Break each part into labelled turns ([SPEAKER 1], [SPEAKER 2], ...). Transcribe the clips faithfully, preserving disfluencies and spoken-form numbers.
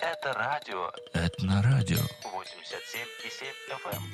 [SPEAKER 1] Это радио.
[SPEAKER 2] Это на радио.
[SPEAKER 1] восемьдесят семь и семь эф эм.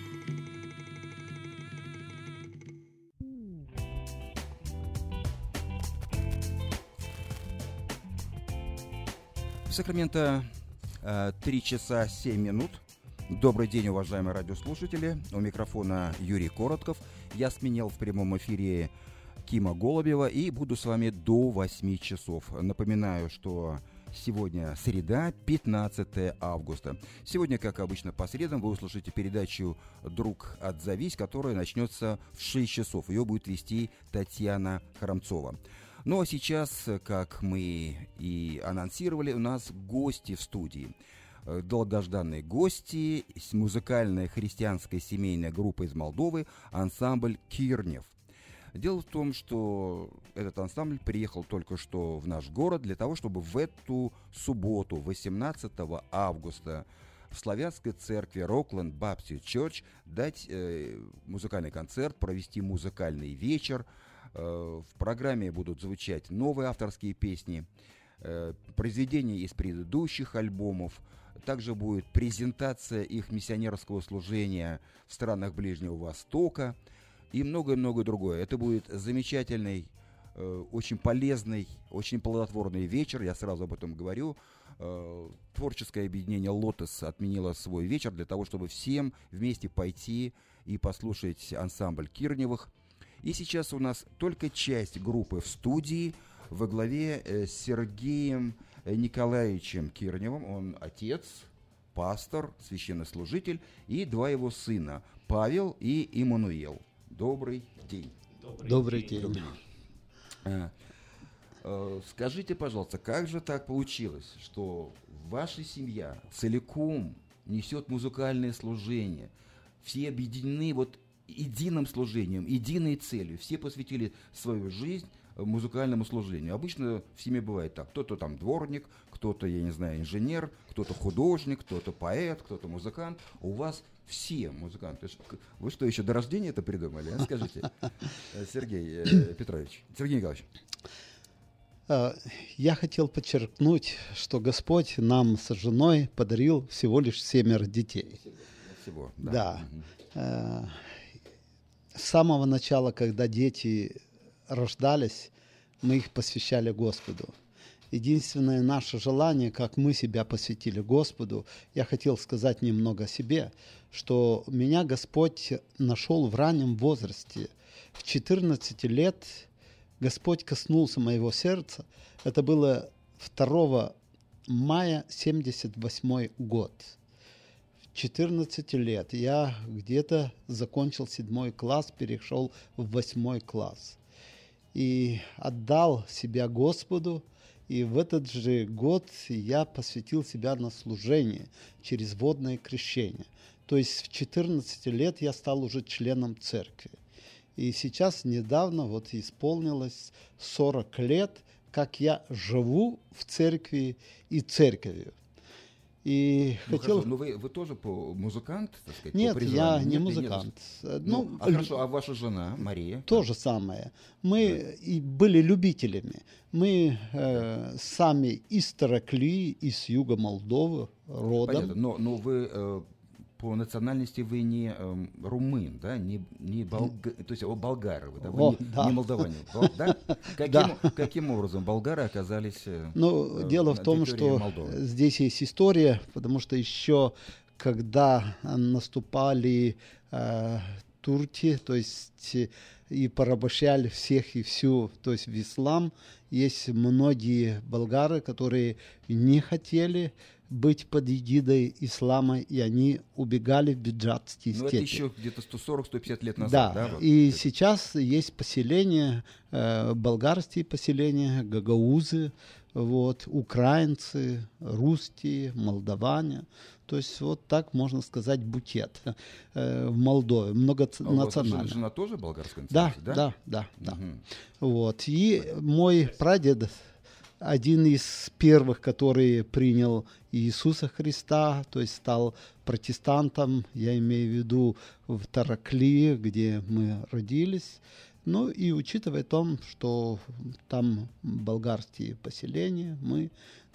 [SPEAKER 3] В Сакраменто три часа семь минут. Добрый день, уважаемые радиослушатели. У микрофона Юрий Коротков. Я сменил в прямом эфире Кима Голубева и буду с вами до восьми часов. Напоминаю, что сегодня среда, пятнадцатое августа. Сегодня, как обычно, по средам вы услышите передачу «Друг, отзовись», которая начнется в шесть часов. Ее будет вести Татьяна Храмцова. Ну а сейчас, как мы и анонсировали, у нас гости в студии. Долгожданные гости, музыкальная христианская семейная группа из Молдовы, ансамбль «Кирнев». Дело в том, что этот ансамбль приехал только что в наш город для того, чтобы в эту субботу, восемнадцатого августа, в славянской церкви Rockland Baptist Church дать э, музыкальный концерт, провести музыкальный вечер. Э, в программе будут звучать новые авторские песни, э, произведения из предыдущих альбомов. Также будет презентация их миссионерского служения в странах Ближнего Востока и многое-многое другое. Это будет замечательный, э, очень полезный, очень плодотворный вечер, я сразу об этом говорю. Э, творческое объединение «Лотос» отменило свой вечер для того, чтобы всем вместе пойти и послушать ансамбль Кирневых. И сейчас у нас только часть группы в студии во главе э, с Сергеем Николаевичем Кирневым. Он отец, пастор, священнослужитель, и два его сына, Павел и Иммануил. Добрый день.
[SPEAKER 4] Добрый, Добрый день. день.
[SPEAKER 3] А, а, скажите, пожалуйста, как же так получилось, что ваша семья целиком несет музыкальное служение? Все объединены вот единым служением, единой целью. Все посвятили свою жизнь музыкальному служению. Обычно в семье бывает так. Кто-то там дворник, кто-то, я не знаю, инженер, кто-то художник, кто-то поэт, кто-то музыкант. У вас все музыканты. Вы что, еще до рождения это придумали? А? Скажите, Сергей Петрович, Сергей Николаевич.
[SPEAKER 4] Я хотел подчеркнуть, что Господь нам с женой подарил всего лишь семеро детей.
[SPEAKER 3] Всего, да.
[SPEAKER 4] Да. С самого начала, когда дети рождались, мы их посвящали Господу. Единственное наше желание, как мы себя посвятили Господу, я хотел сказать немного о себе, что меня Господь нашел в раннем возрасте. В четырнадцати лет Господь коснулся моего сердца. Это было второго мая семьдесят восьмой год. В четырнадцати лет я где-то закончил седьмой класс, перешел в восьмой класс. И отдал себя Господу, и в этот же год я посвятил себя на служение через водное крещение. То есть в четырнадцати лет я стал уже членом церкви. И сейчас недавно вот исполнилось сорок лет, как я живу в церкви и церковью. И
[SPEAKER 3] ну,
[SPEAKER 4] хотел...
[SPEAKER 3] хорошо, но вы, вы тоже по музыкант, так сказать?
[SPEAKER 4] Нет,
[SPEAKER 3] по
[SPEAKER 4] я
[SPEAKER 3] призванию?
[SPEAKER 4] не
[SPEAKER 3] Нет,
[SPEAKER 4] музыкант.
[SPEAKER 3] Нет.
[SPEAKER 4] Ну,
[SPEAKER 3] ну, а хорошо, а ваша жена Мария?
[SPEAKER 4] То
[SPEAKER 3] да.
[SPEAKER 4] же самое. Мы да. и были любителями. Мы э, сами из Таракли, из юга Молдовы родом.
[SPEAKER 3] Понятно, но, но вы э, по национальности вы не э, румын, да, не, не болга... то есть болгары, вы, да? Вы
[SPEAKER 4] О,
[SPEAKER 3] не,
[SPEAKER 4] да.
[SPEAKER 3] не молдаване. Бол... Да? Каким,
[SPEAKER 4] да.
[SPEAKER 3] каким образом болгары оказались э,
[SPEAKER 4] ну,
[SPEAKER 3] э,
[SPEAKER 4] дело
[SPEAKER 3] на
[SPEAKER 4] в том, что
[SPEAKER 3] Молдовы?
[SPEAKER 4] Здесь есть история, потому что еще когда наступали э, турки, то есть и порабощали всех и всю, то есть в ислам, есть многие болгары, которые не хотели быть под эгидой ислама, и они убегали в беджатские степи.
[SPEAKER 3] Ну, это еще где-то сто сорок - сто пятьдесят лет назад,
[SPEAKER 4] да?
[SPEAKER 3] да? Вот
[SPEAKER 4] И
[SPEAKER 3] это.
[SPEAKER 4] сейчас есть поселения, э, болгарские поселения, гагаузы, вот, украинцы, русские, молдаване. То есть вот так можно сказать букет э, в Молдове, многонациональный.
[SPEAKER 3] А у вас жена тоже болгарская
[SPEAKER 4] Да,
[SPEAKER 3] национальность, да?
[SPEAKER 4] да, да, да.
[SPEAKER 3] Угу.
[SPEAKER 4] Вот. И мой прадед, один из первых, который принял Иисуса Христа, то есть стал протестантом, я имею в виду в Таракли, где мы родились. Ну и учитывая то, что там болгарские поселения, мы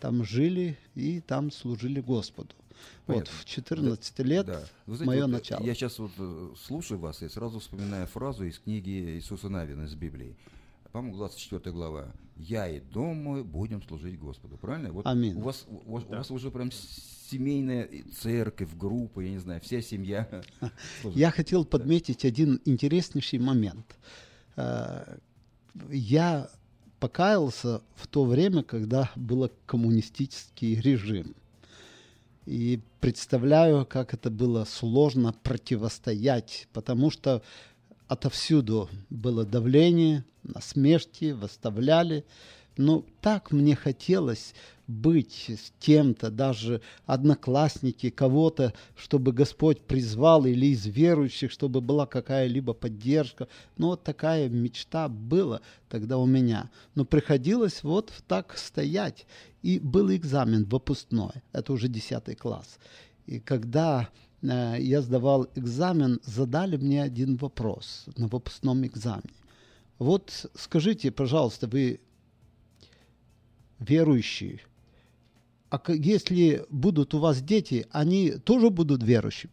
[SPEAKER 4] там жили и там служили Господу.
[SPEAKER 3] Понятно.
[SPEAKER 4] Вот в четырнадцать лет
[SPEAKER 3] Да. Вы знаете,
[SPEAKER 4] мое
[SPEAKER 3] вот
[SPEAKER 4] начало.
[SPEAKER 3] Я сейчас вот э, слушаю вас и сразу вспоминаю фразу из книги Иисуса Навина из Библии. По-моему, двадцать четвёртая глава. «Я и дом мой будем служить Господу». Правильно? Вот
[SPEAKER 4] Аминь.
[SPEAKER 3] У вас, у, вас,
[SPEAKER 1] Да.
[SPEAKER 3] у вас уже прям семейная церковь, группа, я не знаю, вся семья служит.
[SPEAKER 4] Я хотел подметить один интереснейший момент. Э, Я покаялся в то время, когда был коммунистический режим. И представляю, как это было сложно противостоять, потому что отовсюду было давление, насмешки, выставляли. Но так мне хотелось быть с тем-то, даже одноклассники кого-то, чтобы Господь призвал, или из верующих, чтобы была какая-либо поддержка. Ну, вот такая мечта была тогда у меня. Но приходилось вот так стоять. И был экзамен выпускной, это уже десятый класс. И когда э, я сдавал экзамен, задали мне один вопрос на выпускном экзамене. Вот скажите, пожалуйста, вы верующие, а если будут у вас дети, они тоже будут верующими?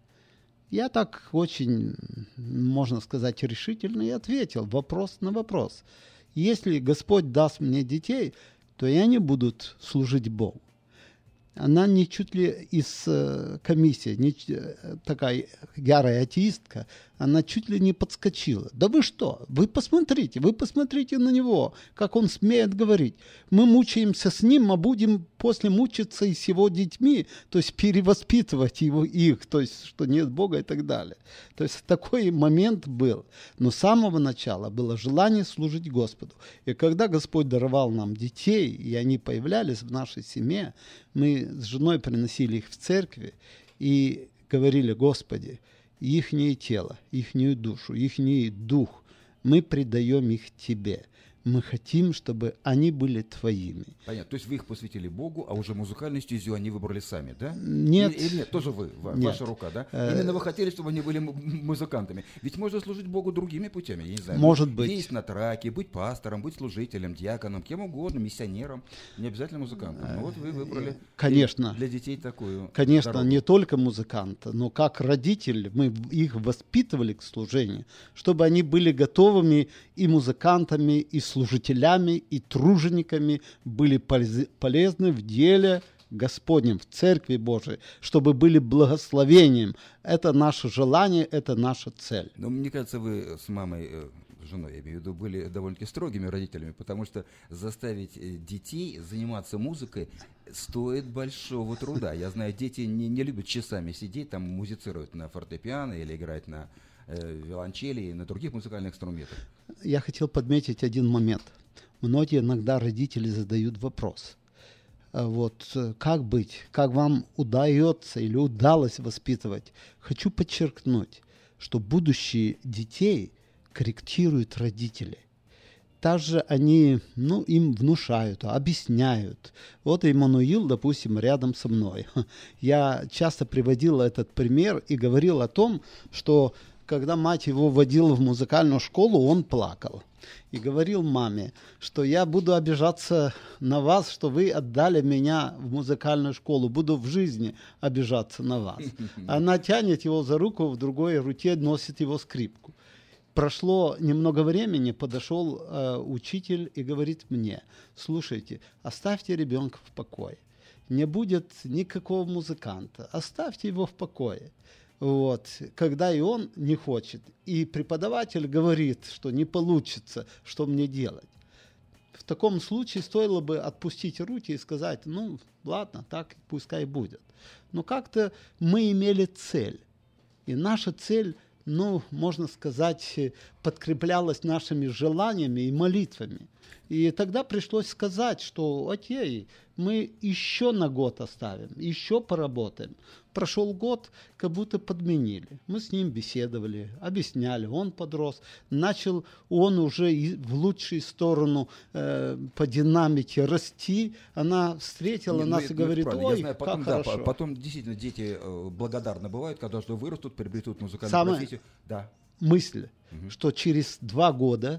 [SPEAKER 4] Я так очень, можно сказать, решительно и ответил вопрос на вопрос. Если Господь даст мне детей, то и они будут служить Богу. Она не чуть ли из э, комиссии, не, такая ярая атеистка, она чуть ли не подскочила. Да вы что? Вы посмотрите, вы посмотрите на него, как он смеет говорить. Мы мучаемся с ним, а будем после мучиться и с его детьми, то есть перевоспитывать его, их, то есть что нет Бога и так далее. То есть такой момент был. Но с самого начала было желание служить Господу. И когда Господь даровал нам детей, и они появлялись в нашей семье, мы с женой приносили их в церкви и говорили: Господи, ихнее тело, ихнюю душу, ихний дух, мы предаем их Тебе. Мы хотим, чтобы они были Твоими.
[SPEAKER 3] Понятно. То есть вы их посвятили Богу, а уже музыкальную стезю они выбрали сами, да?
[SPEAKER 4] Нет.
[SPEAKER 3] Или, или нет, тоже вы, ва-
[SPEAKER 4] Нет.
[SPEAKER 3] ваша рука, да?
[SPEAKER 4] Э,
[SPEAKER 3] Именно вы хотели, чтобы они были м- музыкантами. Ведь можно служить Богу другими путями, я не знаю.
[SPEAKER 4] Может
[SPEAKER 3] быть,
[SPEAKER 4] быть.
[SPEAKER 3] Есть на траке, быть пастором, быть служителем, диаконом, кем угодно, миссионером, не обязательно музыкантом. Но вот вы выбрали
[SPEAKER 4] Конечно.
[SPEAKER 3] для детей такую
[SPEAKER 4] Конечно,
[SPEAKER 3] дорогу.
[SPEAKER 4] не только музыканта, но как родители мы их воспитывали к служению, чтобы они были готовыми и музыкантами, и служителями, и тружениками, были полез- полезны в деле Господнем, в Церкви Божией, чтобы были благословением. Это наше желание, это наша цель.
[SPEAKER 3] Но мне кажется, вы с мамой, э, с женой, я имею в виду, были довольно-таки строгими родителями, потому что заставить э, детей заниматься музыкой стоит большого труда. Я знаю, дети не, не любят часами сидеть, там музицировать на фортепиано или играть на э, виолончели и на других музыкальных инструментах.
[SPEAKER 4] Я хотел подметить один момент. Многие иногда родители задают вопрос. А Вот э, как быть, как вам удается или удалось воспитывать? Хочу подчеркнуть, что будущие детей корректируют родители. Также они, ну, им внушают, объясняют. Вот Иммануил, допустим, рядом со мной. Я часто приводил этот пример и говорил о том, что когда мать его водила в музыкальную школу, он плакал. И говорил маме, что я буду обижаться на вас, что вы отдали меня в музыкальную школу. Буду в жизни обижаться на вас. Она тянет его за руку, в другой руке носит его скрипку. Прошло немного времени, подошел э, учитель и говорит мне: слушайте, оставьте ребенка в покое. Не будет никакого музыканта. Оставьте его в покое. Вот, когда и он не хочет. И преподаватель говорит, что не получится, что мне делать. В таком случае стоило бы отпустить руки и сказать: ну, ладно, так пускай будет. Но как-то мы имели цель. И наша цель, ну, можно сказать, подкреплялась нашими желаниями и молитвами. И тогда пришлось сказать, что окей, мы еще на год оставим, еще поработаем. Прошел год, как будто подменили. Мы с ним беседовали, объясняли, он подрос. Начал он уже и в лучшую сторону э, по динамике расти. Она встретила
[SPEAKER 3] Не,
[SPEAKER 4] нас
[SPEAKER 3] ну,
[SPEAKER 4] и
[SPEAKER 3] ну,
[SPEAKER 4] говорит:
[SPEAKER 3] это правда.
[SPEAKER 4] ой,
[SPEAKER 3] Я знаю, потом,
[SPEAKER 4] как
[SPEAKER 3] да,
[SPEAKER 4] хорошо.
[SPEAKER 3] по- потом действительно дети э, благодарны бывают, когда что вырастут, приобретут музыкальную
[SPEAKER 4] Самое-
[SPEAKER 3] профессию. Да.
[SPEAKER 4] Мысль,
[SPEAKER 3] Мгм.
[SPEAKER 4] что через два года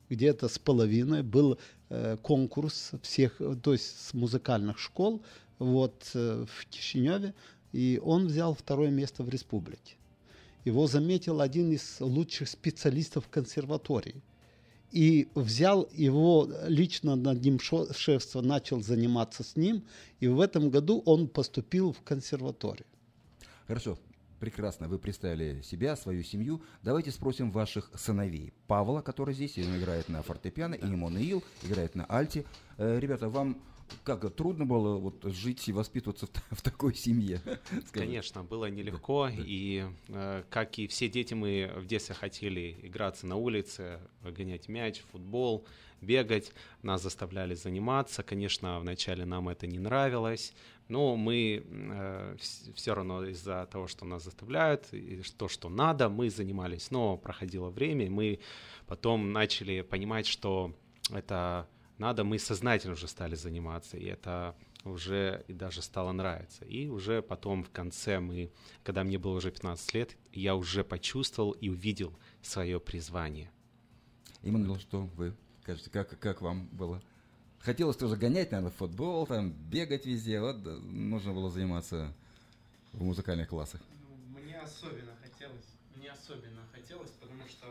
[SPEAKER 4] где-то с половиной, был э, конкурс всех, то есть с музыкальных школ вот, э, в Кишиневе, и он взял второе место в республике. Его заметил один из лучших специалистов консерватории. И взял его лично над ним шефство, начал заниматься с ним, и в этом году он поступил в консерваторию.
[SPEAKER 3] Хорошо, прекрасно. Вы представили себя, свою семью. Давайте спросим ваших сыновей. Павла, который здесь, он играет на фортепиано, и Эммануил играет на альте. Э, ребята, вам как трудно было вот жить и воспитываться в, в такой семье?
[SPEAKER 2] Конечно, было нелегко, да. И э, как и все дети, мы в детстве хотели играться на улице, гонять мяч, футбол, бегать. Нас заставляли заниматься. Конечно, вначале нам это не нравилось, но мы э, все равно из-за того, что нас заставляют, и то, что надо, мы занимались. Но проходило время, и мы потом начали понимать, что это надо, мы сознательно уже стали заниматься, и это уже и даже стало нравиться. И уже потом в конце мы, когда мне было уже пятнадцать лет, я уже почувствовал и увидел свое призвание.
[SPEAKER 3] Именно что вы скажете, как, как вам было? Хотелось тоже гонять, наверное, в футбол, там, бегать везде, вот нужно было заниматься в музыкальных классах.
[SPEAKER 5] Ну, мне особенно хотелось, мне особенно хотелось, потому что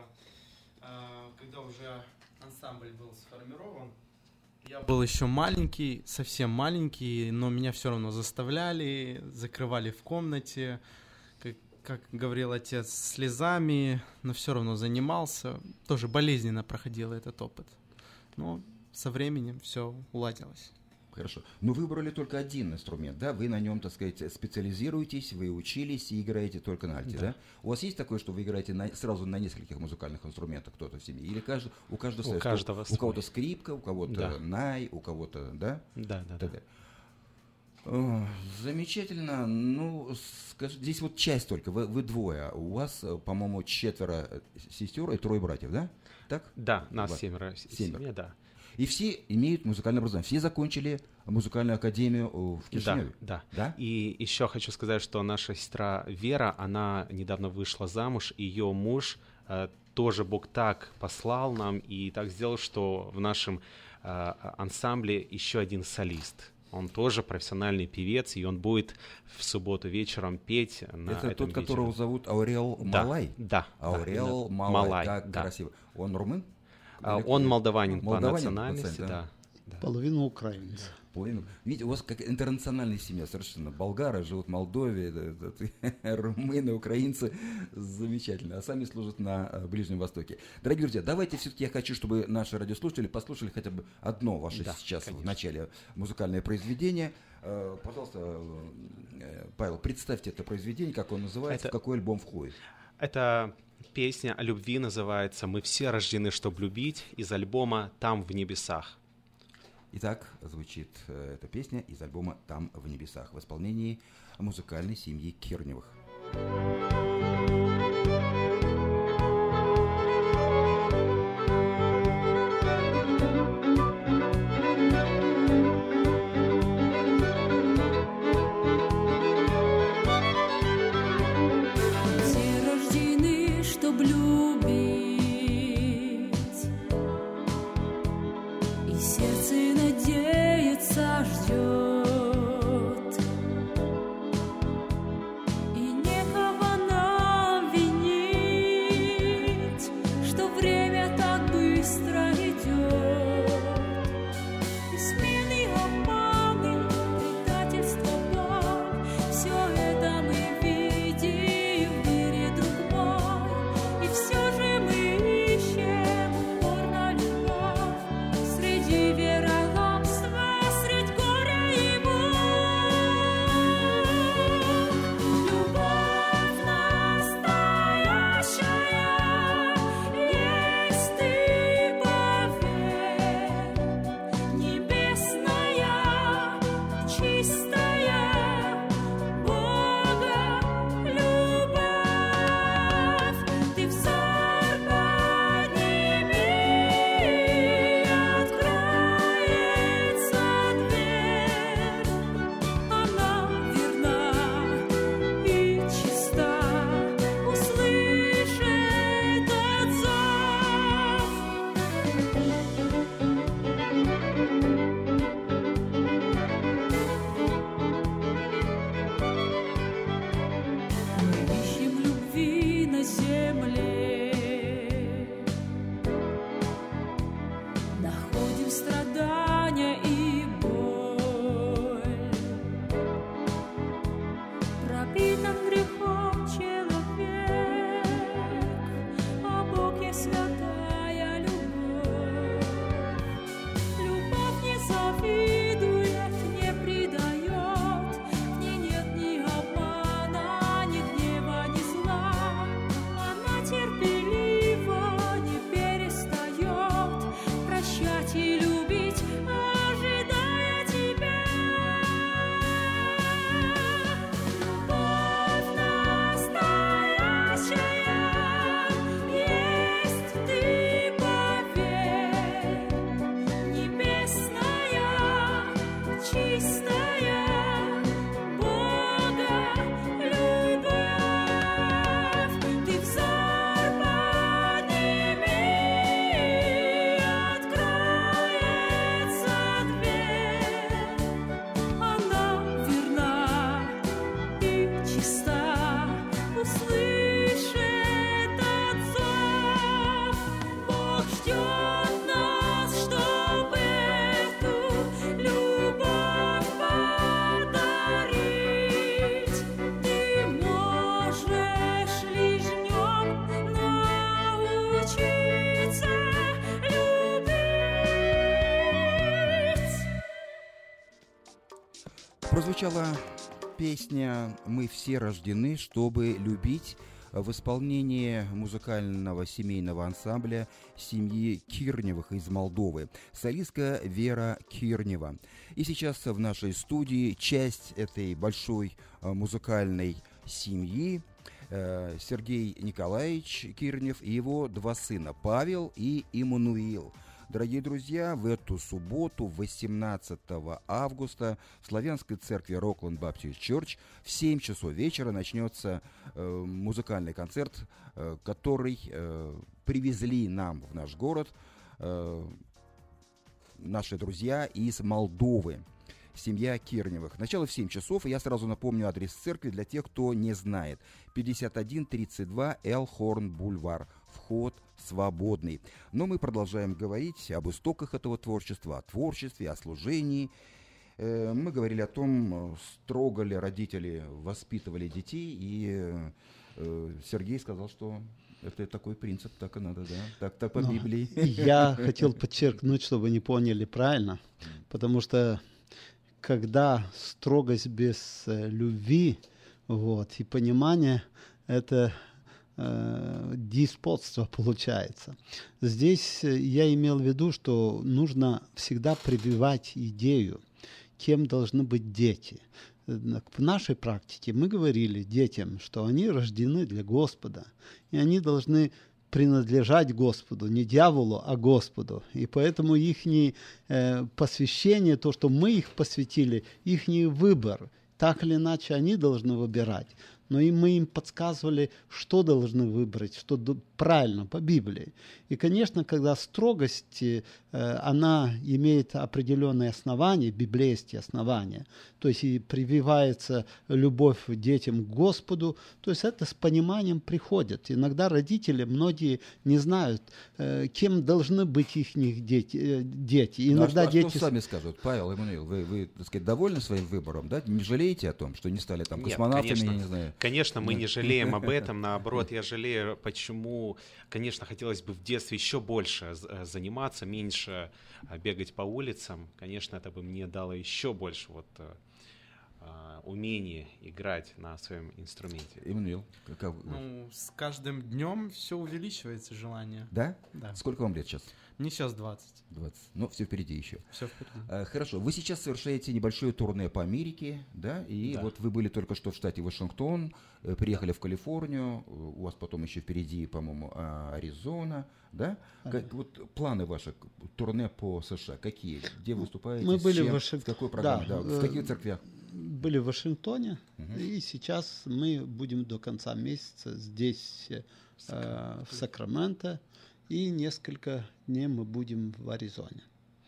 [SPEAKER 5] э, когда уже ансамбль был сформирован, я был еще маленький, совсем маленький, но меня все равно заставляли, закрывали в комнате, как, как говорил отец, слезами, но все равно занимался. Тоже болезненно проходил этот опыт. Но со временем все уладилось.
[SPEAKER 3] Хорошо. Но вы выбрали только один инструмент, да? Вы на нем, так сказать, специализируетесь, вы учились и играете только на альте, да? да? У вас есть такое, что вы играете на, сразу на нескольких музыкальных инструментах, кто-то в семье? Или каждый, у каждого
[SPEAKER 2] у,
[SPEAKER 3] свой,
[SPEAKER 2] каждого
[SPEAKER 3] у, у кого-то скрипка, у кого-то
[SPEAKER 2] да.
[SPEAKER 3] най, у кого-то, да?
[SPEAKER 2] Да, да, да.
[SPEAKER 3] О, замечательно. Ну, скажи, здесь вот часть только, вы, вы двое. У вас, по-моему, четверо сестер и трое братьев, да? Так?
[SPEAKER 2] Да, нас
[SPEAKER 3] Два.
[SPEAKER 2] семеро.
[SPEAKER 3] Семеро.
[SPEAKER 2] Семья, да.
[SPEAKER 3] И все имеют музыкальное образование. Все закончили музыкальную академию в Кишиневе.
[SPEAKER 2] Да, да,
[SPEAKER 3] да.
[SPEAKER 2] И еще хочу сказать, что наша сестра Вера, она недавно вышла замуж, ее муж э, тоже Бог так послал нам и так сделал, что в нашем э, ансамбле еще один солист. Он тоже профессиональный певец, и он будет в субботу вечером петь на
[SPEAKER 3] Это
[SPEAKER 2] этом
[SPEAKER 3] тот, вечере. Которого зовут Аурел
[SPEAKER 2] да,
[SPEAKER 3] Малай?
[SPEAKER 2] Да.
[SPEAKER 3] Аурел
[SPEAKER 2] да,
[SPEAKER 3] Малай,
[SPEAKER 2] Малай,
[SPEAKER 3] как
[SPEAKER 2] да.
[SPEAKER 3] красиво. Он румын?
[SPEAKER 2] А, он молдаванин,
[SPEAKER 3] молдаванин
[SPEAKER 2] по национальности,
[SPEAKER 3] да.
[SPEAKER 2] да. Да.
[SPEAKER 4] Половину украинец.
[SPEAKER 3] Половину. Видите, у вас как интернациональная семья совершенно. Болгары живут в Молдове, да, да, румыны, украинцы. Замечательно. А сами служат на Ближнем Востоке. Дорогие друзья, давайте все-таки я хочу, чтобы наши радиослушатели послушали хотя бы одно ваше да, сейчас конечно. В начале музыкальное произведение. Пожалуйста, Павел, представьте это произведение, как он называется, это... в какой альбом входит.
[SPEAKER 2] Это песня о любви, называется «Мы все рождены, чтобы любить», из альбома «Там в небесах».
[SPEAKER 3] Итак, звучит э, эта песня из альбома «Там в небесах» в исполнении музыкальной семьи Керневых.
[SPEAKER 6] ждет, и некого нам
[SPEAKER 3] Прозвучала песня «Мы все рождены, чтобы любить» в исполнении музыкального семейного ансамбля семьи Кирневых из Молдовы, солистка Вера Кирнева. И сейчас в нашей студии часть этой большой музыкальной семьи Сергей Николаевич Кирнев и его два сына Павел и Иммануил. Дорогие друзья, в эту субботу, восемнадцатого августа, в Славянской церкви Rockland Baptist Church в семь часов вечера начнется э, музыкальный концерт, э, который э, привезли нам в наш город э, наши друзья из Молдовы. Семья Кирневых. Начало в семь часов, и я сразу напомню адрес церкви для тех, кто не знает. пятьдесят один тридцать два Элхорн Бульвар. Вход свободный. Но мы продолжаем говорить об истоках этого творчества, о творчестве, о служении. Мы говорили о том, строго ли родители воспитывали детей, и Сергей сказал, что это такой принцип, так и надо, да? Так, так по
[SPEAKER 4] Но
[SPEAKER 3] Библии.
[SPEAKER 4] Я хотел подчеркнуть, чтобы вы не поняли правильно, потому что когда строгость без э, любви, вот, и понимания, это э, деспотство получается. Здесь я имел в виду, что нужно всегда прививать идею, кем должны быть дети. В нашей практике мы говорили детям, что они рождены для Господа, и они должны принадлежать Господу, не дьяволу, а Господу. И поэтому их э, посвящение, то, что мы их посвятили, их выбор, так или иначе они должны выбирать. Но и мы им подсказывали, что должны выбрать, что правильно по Библии. И, конечно, когда строгость, э, она имеет определенные основания, библейские основания, то есть и прививается любовь детям к Господу, то есть это с пониманием приходит. Иногда родители, многие не знают, э, кем должны быть их дети. Э, дети. Иногда
[SPEAKER 3] ну, а что,
[SPEAKER 4] дети...
[SPEAKER 3] а что сами скажут? Павел, Иммануил, вы, вы, так сказать, довольны своим выбором, да? Не жалеете о том, что не стали там космонавтами,
[SPEAKER 2] Нет, конечно,
[SPEAKER 3] я не знаю?
[SPEAKER 2] Конечно, мы не жалеем об этом, наоборот, я жалею, почему, конечно, хотелось бы в детстве еще больше заниматься, меньше бегать по улицам, конечно, это бы мне дало еще больше вот умение играть на своем инструменте.
[SPEAKER 3] Иммануил, как...
[SPEAKER 5] Ну, с каждым днем все увеличивается желание.
[SPEAKER 3] Да?
[SPEAKER 5] Да.
[SPEAKER 3] Сколько вам лет сейчас?
[SPEAKER 5] Мне сейчас двадцать.
[SPEAKER 3] двадцать. Ну, все впереди еще.
[SPEAKER 5] Все впереди.
[SPEAKER 3] А, хорошо. Вы сейчас совершаете небольшое турне по Америке, да? И
[SPEAKER 5] Да.
[SPEAKER 3] вот вы были только что в штате Вашингтон, э, приехали в Калифорнию, у вас потом еще впереди, по-моему, а, Аризона, да? Как, вот планы ваши, турне по США, какие? Где вы выступаете?
[SPEAKER 4] Мы
[SPEAKER 3] с
[SPEAKER 4] были
[SPEAKER 3] чем?
[SPEAKER 4] в Вашингтоне.
[SPEAKER 3] В какой программе?
[SPEAKER 4] Да,
[SPEAKER 3] Да. В каких церквях?
[SPEAKER 4] Были в Вашингтоне,
[SPEAKER 3] Мгм.
[SPEAKER 4] и сейчас мы будем до конца месяца здесь, э, в Сакраменто, и несколько дней мы будем в Аризоне.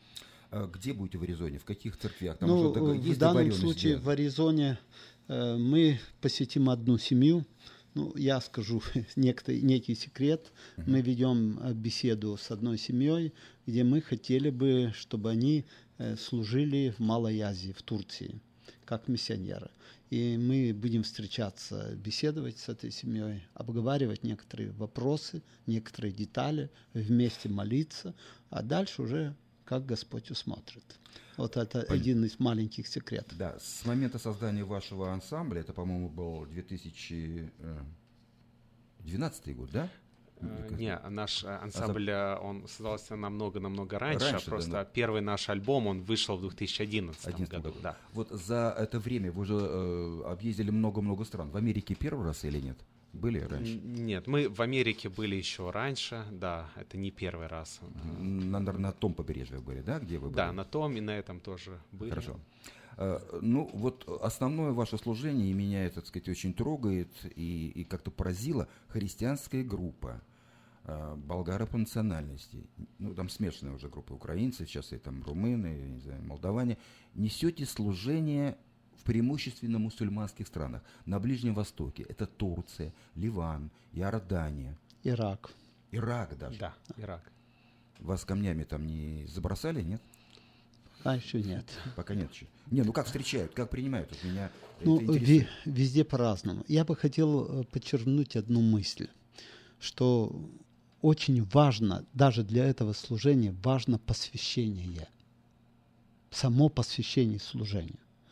[SPEAKER 3] А где будете в Аризоне? В каких церквях? Там
[SPEAKER 4] Ну,
[SPEAKER 3] уже дог-
[SPEAKER 4] в
[SPEAKER 3] есть
[SPEAKER 4] данном
[SPEAKER 3] договоренность,
[SPEAKER 4] случае
[SPEAKER 3] где?
[SPEAKER 4] в Аризоне э, мы посетим одну семью. Ну, я скажу некий, некий секрет.
[SPEAKER 3] Мгм.
[SPEAKER 4] Мы ведем э, беседу с одной семьей, где мы хотели бы, чтобы они э, служили в Малой Азии, в Турции, как миссионеры. И мы будем встречаться, беседовать с этой семьей, обговаривать некоторые вопросы, некоторые детали, вместе молиться, а дальше уже как Господь усмотрит. Вот это
[SPEAKER 3] Понятно.
[SPEAKER 4] один из маленьких секретов.
[SPEAKER 3] Да, с момента создания вашего ансамбля, это, по-моему, был две тысячи двенадцатый год, да?
[SPEAKER 2] Э, Не, наш э, ансамбль, э, он создался намного-намного раньше,
[SPEAKER 3] Раньше, да,
[SPEAKER 2] просто
[SPEAKER 3] да.
[SPEAKER 2] первый наш альбом, он вышел в две тысячи одиннадцатом
[SPEAKER 3] одиннадцатом
[SPEAKER 2] году.
[SPEAKER 3] году.
[SPEAKER 2] Да.
[SPEAKER 3] Вот за это время вы же э, объездили много-много стран. В Америке первый раз или нет? Были раньше?
[SPEAKER 2] Н- Нет, мы в Америке были еще раньше, да, это не первый раз. Э,
[SPEAKER 3] На, на, на том побережье вы были, да, где вы были?
[SPEAKER 2] Да, на том и на этом тоже были.
[SPEAKER 3] Хорошо. Э, Ну, вот основное ваше служение, и меня, так сказать, очень трогает и, и как-то поразило, христианская группа, э, болгары по национальности, ну, там смешанная уже группа украинцев, сейчас и там румыны, я не знаю, молдаване, несете служение в преимущественно мусульманских странах, на Ближнем Востоке, это Турция, Ливан, Иордания,
[SPEAKER 4] Ирак.
[SPEAKER 3] Ирак даже.
[SPEAKER 2] Да, Ирак.
[SPEAKER 3] Вас камнями там не забросали, нет?
[SPEAKER 4] А еще нет.
[SPEAKER 3] Пока нет еще. Не, ну как встречают, как принимают? Вот меня
[SPEAKER 4] Ну,
[SPEAKER 3] это интересует.
[SPEAKER 4] ви- везде по-разному. Я бы хотел э, подчеркнуть одну мысль, что очень важно, даже для этого служения, важно посвящение. Само посвящение служению.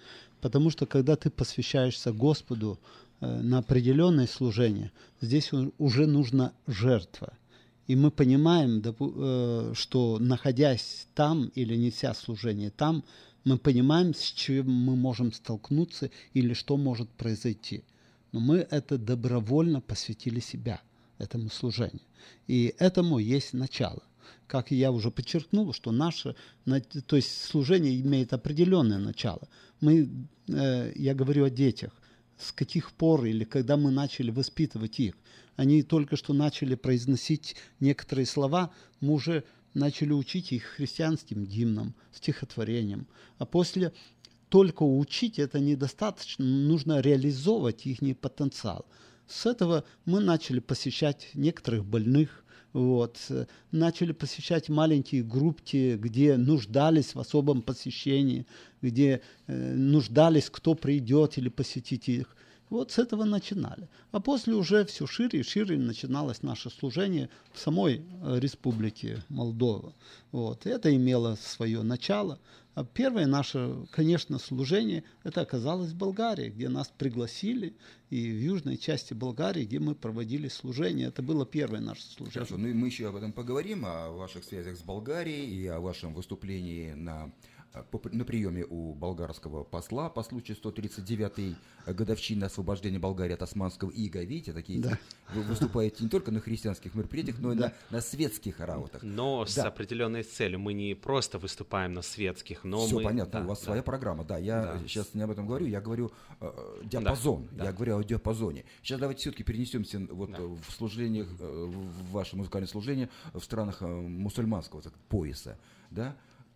[SPEAKER 4] Потому что когда ты посвящаешься Господу э, на определенное служение, здесь уже нужна жертва. И мы понимаем, э, что находясь там или неся служение там, мы понимаем, с чем мы можем столкнуться или что может произойти. Но мы это добровольно посвятили себя, этому служению. И этому есть начало. Как я уже подчеркнул, что наше, то есть служение имеет определенное начало. Мы, э, я говорю о детях. С каких пор или когда мы начали воспитывать их? Они только что начали произносить некоторые слова, мы уже начали учить их христианским гимнам, стихотворениям. А после только учить это недостаточно, нужно реализовывать их потенциал. С этого мы начали посещать некоторых больных, вот, начали посещать маленькие группки, где нуждались в особом посещении, где э, нуждались, кто придет или посетить их. Вот с этого начинали. А после уже все шире и шире начиналось наше служение в самой республике Молдова. Вот. И это имело свое начало. А первое наше, конечно, служение, это оказалось в Болгарии, где нас пригласили, и в южной части Болгарии, где мы проводили служение. Это было первое наше служение.
[SPEAKER 3] Хорошо, ну и мы еще об этом поговорим, о ваших связях с Болгарией и о вашем выступлении на... на приеме у болгарского посла по случаю сто тридцать девятой годовщины освобождения Болгарии от османского ига. Видите, такие да. Вы выступаете не только на христианских мероприятиях, но и да. на, на светских работах.
[SPEAKER 2] Но
[SPEAKER 3] да.
[SPEAKER 2] с определенной целью. Мы не просто выступаем на светских, но
[SPEAKER 3] Все
[SPEAKER 2] мы...
[SPEAKER 3] понятно,
[SPEAKER 2] да,
[SPEAKER 3] у вас
[SPEAKER 2] да.
[SPEAKER 3] своя программа. Да, я да. сейчас не об этом говорю, я говорю э, диапазон. Да. Я да. говорю о диапазоне. Сейчас давайте все-таки перенесемся вот да. в служениях, в ваше музыкальное служение в странах мусульманского так, пояса, да?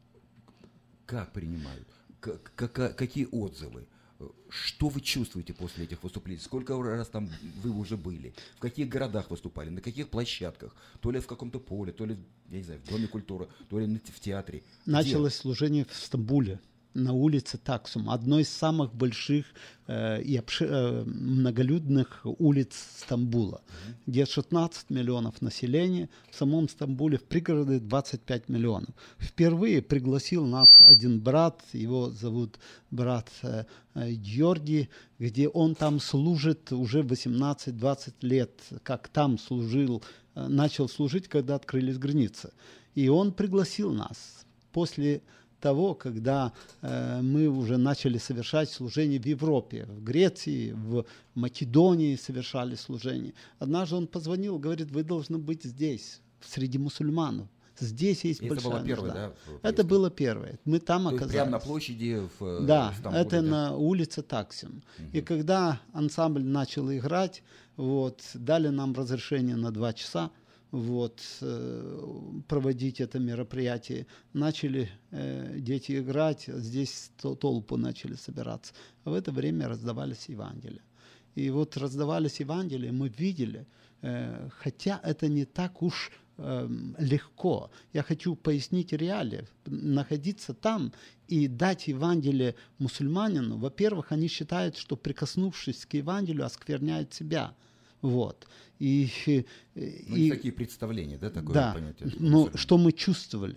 [SPEAKER 3] Как принимают? Как, как, какие отзывы? Что вы чувствуете после этих выступлений? Сколько раз там вы уже были? В каких городах выступали? На каких площадках? То ли в каком-то поле, то ли, я не знаю, в Доме культуры, то ли в театре.
[SPEAKER 4] Началось
[SPEAKER 3] Где?
[SPEAKER 4] служение в Стамбуле, на улице Таксум, одной из самых больших э, и обши- э, многолюдных улиц Стамбула, mm-hmm. где шестнадцать миллионов населения, в самом Стамбуле, в пригороде двадцать пять миллионов. Впервые пригласил нас один брат, его зовут брат э, Георгий, где он там служит уже восемнадцать-двадцать лет, как там служил, э, начал служить, когда открылись границы. И он пригласил нас после того, когда э, мы уже начали совершать служение в Европе, в Греции, в Македонии совершали служение. Однажды он позвонил, говорит, вы должны быть здесь, среди мусульман. Здесь есть
[SPEAKER 3] и
[SPEAKER 4] большая
[SPEAKER 3] это было первое,
[SPEAKER 4] нужда.
[SPEAKER 3] да?
[SPEAKER 4] Это было первое. Мы там
[SPEAKER 3] То
[SPEAKER 4] оказались.
[SPEAKER 3] Прямо на площади в
[SPEAKER 4] Да,
[SPEAKER 3] в Стамбуле,
[SPEAKER 4] это
[SPEAKER 3] да?
[SPEAKER 4] на улице Таксим. Угу. И когда ансамбль начал играть, вот, дали нам разрешение на два часа. Вот, проводить это мероприятие. Начали э, дети играть, здесь толпы начали собираться. А в это время раздавались Евангелия. И вот раздавались Евангелия, мы видели, э, хотя это не так уж э, легко. Я хочу пояснить реалии. Находиться там и дать Евангелие мусульманину, во-первых, они считают, что прикоснувшись к Евангелию, оскверняют себя. Вот. И,
[SPEAKER 3] ну,
[SPEAKER 4] и
[SPEAKER 3] такие представления, да, такое
[SPEAKER 4] да,
[SPEAKER 3] понятие?
[SPEAKER 4] но что мы чувствовали?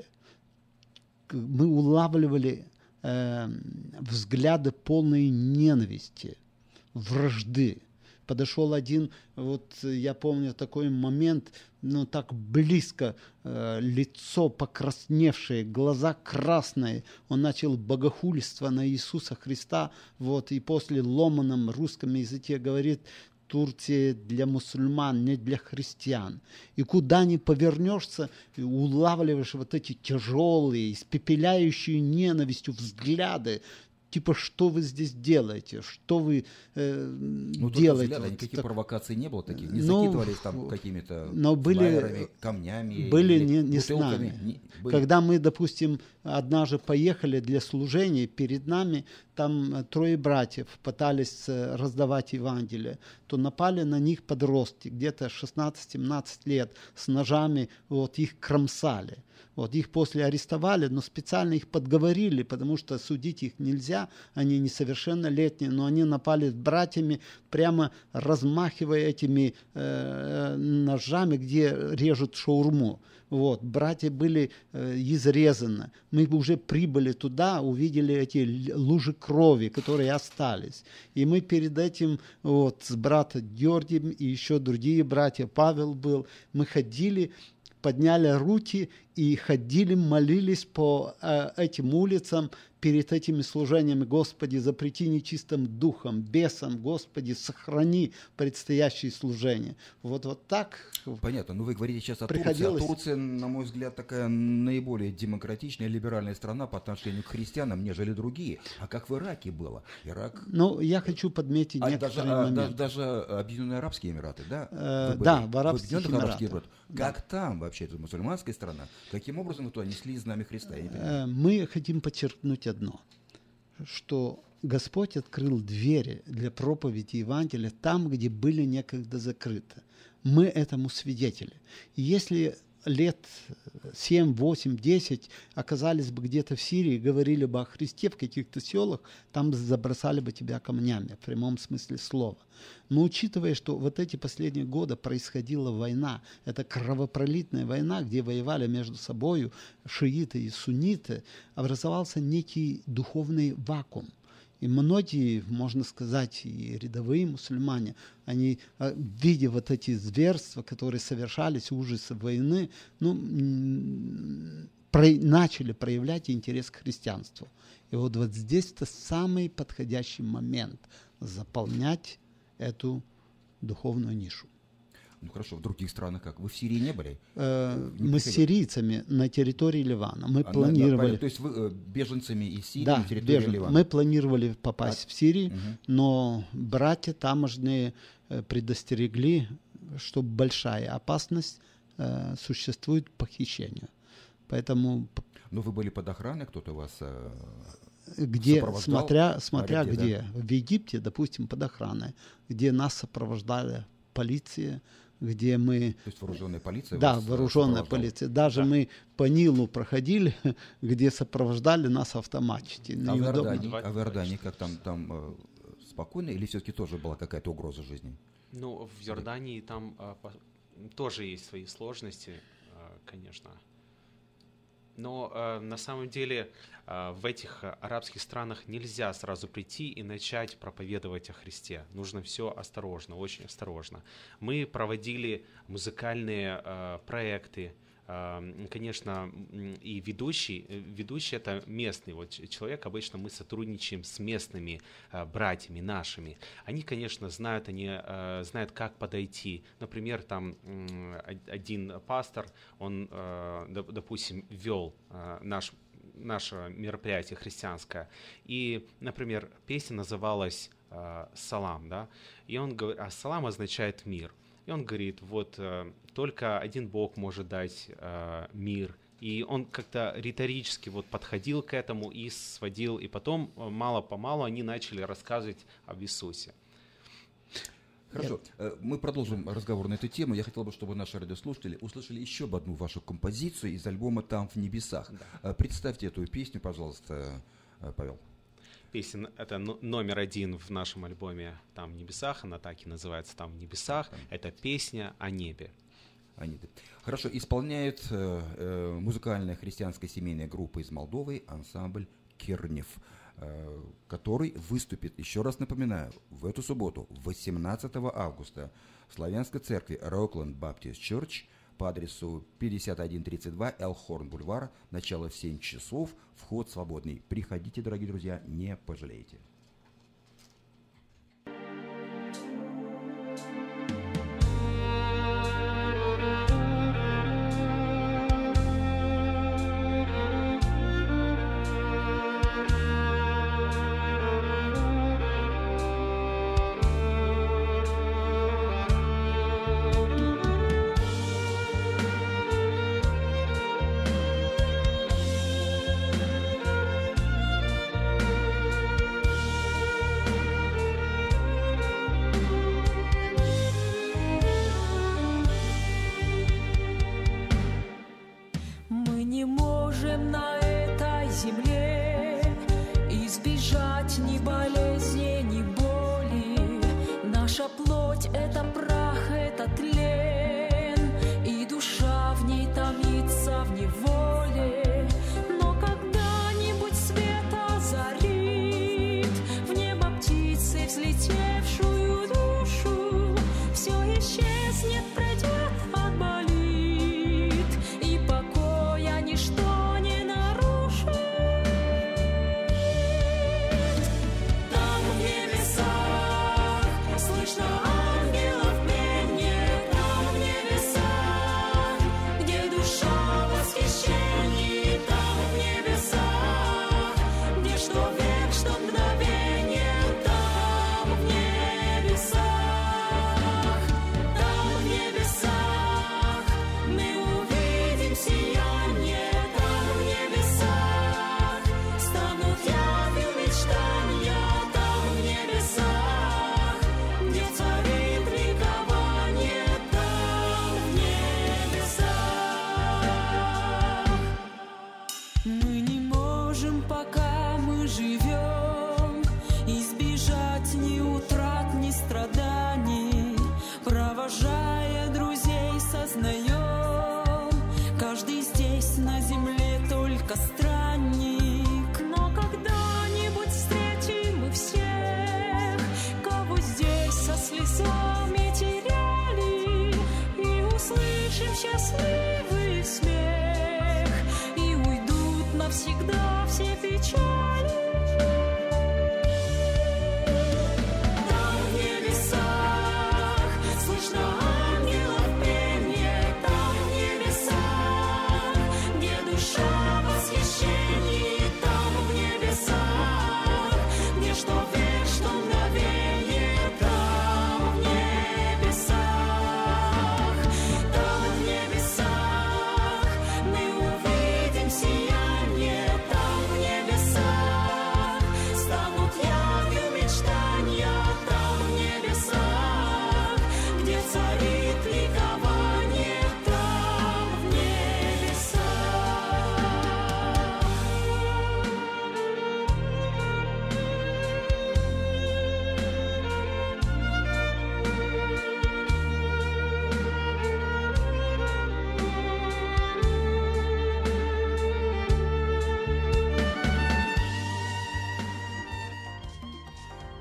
[SPEAKER 4] Мы улавливали э, взгляды полной ненависти, вражды. Подошел один, вот я помню такой момент, ну так близко, э, лицо покрасневшее, глаза красные. Он начал богохульство на Иисуса Христа, вот, и после ломаном русском языке говорит: Турция для мусульман, не для христиан. И куда ни повернешься, улавливаешь вот эти тяжелые, испепеляющие ненавистью взгляды. Типа, что вы здесь делаете? Что вы э,
[SPEAKER 3] ну,
[SPEAKER 4] делаете?
[SPEAKER 3] Взгляда,
[SPEAKER 4] вот
[SPEAKER 3] никаких
[SPEAKER 4] так...
[SPEAKER 3] провокаций не было таких? Не
[SPEAKER 4] ну,
[SPEAKER 3] закидывались там какими-то
[SPEAKER 4] но были,
[SPEAKER 3] флайерами, камнями?
[SPEAKER 4] Были
[SPEAKER 3] или
[SPEAKER 4] не, не с
[SPEAKER 3] бутылками?
[SPEAKER 4] нами.
[SPEAKER 3] Не, были.
[SPEAKER 4] Когда мы, допустим, однажды поехали для служения, перед нами там трое братьев пытались раздавать Евангелие, то напали на них подростки, где-то шестнадцать-семнадцать лет, с ножами, вот их кромсали. Вот их после арестовали, но специально их подговорили, потому что судить их нельзя, они несовершеннолетние, но они напали с братьями, прямо размахивая этими э, ножами, где режут шаурму. Вот, братья были э, изрезаны. Мы уже прибыли туда, увидели эти лужи крови, которые остались. И мы перед этим вот, с братом Георгием и еще другие братья, Павел был, мы ходили, подняли руки и ходили, молились по э, этим улицам, перед этими служениями. Господи, запрети нечистым духом, бесам, Господи, сохрани предстоящие служения. Вот, вот так.
[SPEAKER 3] Понятно. Ну, вы говорите сейчас о
[SPEAKER 4] приходилось...
[SPEAKER 3] Турции. А Турция, на мой взгляд, такая наиболее демократичная, либеральная страна по отношению к христианам, нежели другие. А как в Ираке было? Ирак...
[SPEAKER 4] Ну, я хочу подметить
[SPEAKER 3] а
[SPEAKER 4] некоторые
[SPEAKER 3] даже,
[SPEAKER 4] моменты.
[SPEAKER 3] А, даже, даже Объединенные Арабские Эмираты, да?
[SPEAKER 4] Э,
[SPEAKER 3] Вы
[SPEAKER 4] да,
[SPEAKER 3] были?
[SPEAKER 4] в Арабских
[SPEAKER 3] в Арабских
[SPEAKER 4] Эмиратах.
[SPEAKER 3] Да. Как там вообще? Это мусульманская страна. Каким образом вы туда несли знамя Христа? Я не понимаю.
[SPEAKER 4] Э, мы хотим подчеркнуть одно, что Господь открыл двери для проповеди Евангелия там, где были некогда закрыты. Мы этому свидетели. И если лет семь, восемь, десять оказались бы где-то в Сирии и говорили бы о Христе в каких-то селах, там забросали бы тебя камнями, в прямом смысле слова. Но учитывая, что вот эти последние годы происходила война, это кровопролитная война, где воевали между собой шииты и сунниты, образовался некий духовный вакуум. И многие, можно сказать, и рядовые мусульмане, они, видя вот эти зверства, которые совершались, ужасы войны, ну, про, начали проявлять интерес к христианству. И вот, вот здесь-то самый подходящий момент заполнять эту духовную нишу.
[SPEAKER 3] Ну хорошо, в других странах как? Вы в Сирии не были?
[SPEAKER 4] Э,
[SPEAKER 3] не
[SPEAKER 4] мы с сирийцами на территории Ливана. Мы
[SPEAKER 3] а,
[SPEAKER 4] планировали...
[SPEAKER 3] Да, то есть вы э, беженцами из Сирии
[SPEAKER 4] да,
[SPEAKER 3] на территорию
[SPEAKER 4] бежен...
[SPEAKER 3] Ливана?
[SPEAKER 4] Мы планировали попасть
[SPEAKER 3] а...
[SPEAKER 4] в Сирию,
[SPEAKER 3] угу.
[SPEAKER 4] но братья таможенные э, предостерегли, что большая опасность э, существует похищению. Поэтому...
[SPEAKER 3] Ну вы были под охраной, кто-то вас... Э...
[SPEAKER 4] Где, смотря, смотря
[SPEAKER 3] а где,
[SPEAKER 4] где.
[SPEAKER 3] Да?
[SPEAKER 4] В Египте, допустим, под охраной, где нас сопровождали полиция, где мы...
[SPEAKER 3] То есть вооруженная полиция?
[SPEAKER 4] Да, вооруженная полиция. Даже да. мы по Нилу проходили, где сопровождали нас автоматчики.
[SPEAKER 3] А в Иордании, а в Иордании как там, там э, спокойно или все-таки тоже была какая-то угроза жизни?
[SPEAKER 2] Ну, в Иордании там э, по, тоже есть свои сложности, э, конечно. Но э, на самом деле э, в этих арабских странах нельзя сразу прийти и начать проповедовать о Христе. Нужно все осторожно, очень осторожно. Мы проводили музыкальные э, проекты. Э, конечно, и ведущий, ведущий это местный вот человек. Обычно мы сотрудничаем с местными э, братьями нашими. Они, конечно, знают, они э, знают, как подойти. Например, там э, один пастор, он, э, допустим, вел э, наш наше мероприятие христианское. И, например, песня называлась э, «Салам», да, и он говорит, а «Салам» означает «мир». И он говорит, вот э, только один Бог может дать э, мир. И он как-то риторически вот подходил к этому и сводил, и потом мало-помалу они начали рассказывать об Иисусе.
[SPEAKER 3] Хорошо, Нет. мы продолжим разговор на эту тему. Я хотел бы, чтобы наши радиослушатели услышали еще одну вашу композицию из альбома «Там в небесах». Да. Представьте эту песню, пожалуйста, Павел.
[SPEAKER 2] Песня — это номер один в нашем альбоме «Там в небесах». Она так и называется «Там в небесах». Это песня о небе.
[SPEAKER 3] О небе. Хорошо, исполняет э, э, музыкальная христианская семейная группа из Молдовы ансамбль «Кирнев», э, который выступит, еще раз напоминаю, в эту субботу, восемнадцатого августа, в Славянской церкви Rockland Baptist Church по адресу пятьдесят один тридцать два Элхорн Бульвар, начало в семь часов, вход свободный. Приходите, дорогие друзья, не пожалеете.
[SPEAKER 6] Плоть — это прах, это тлен, и душа в ней томит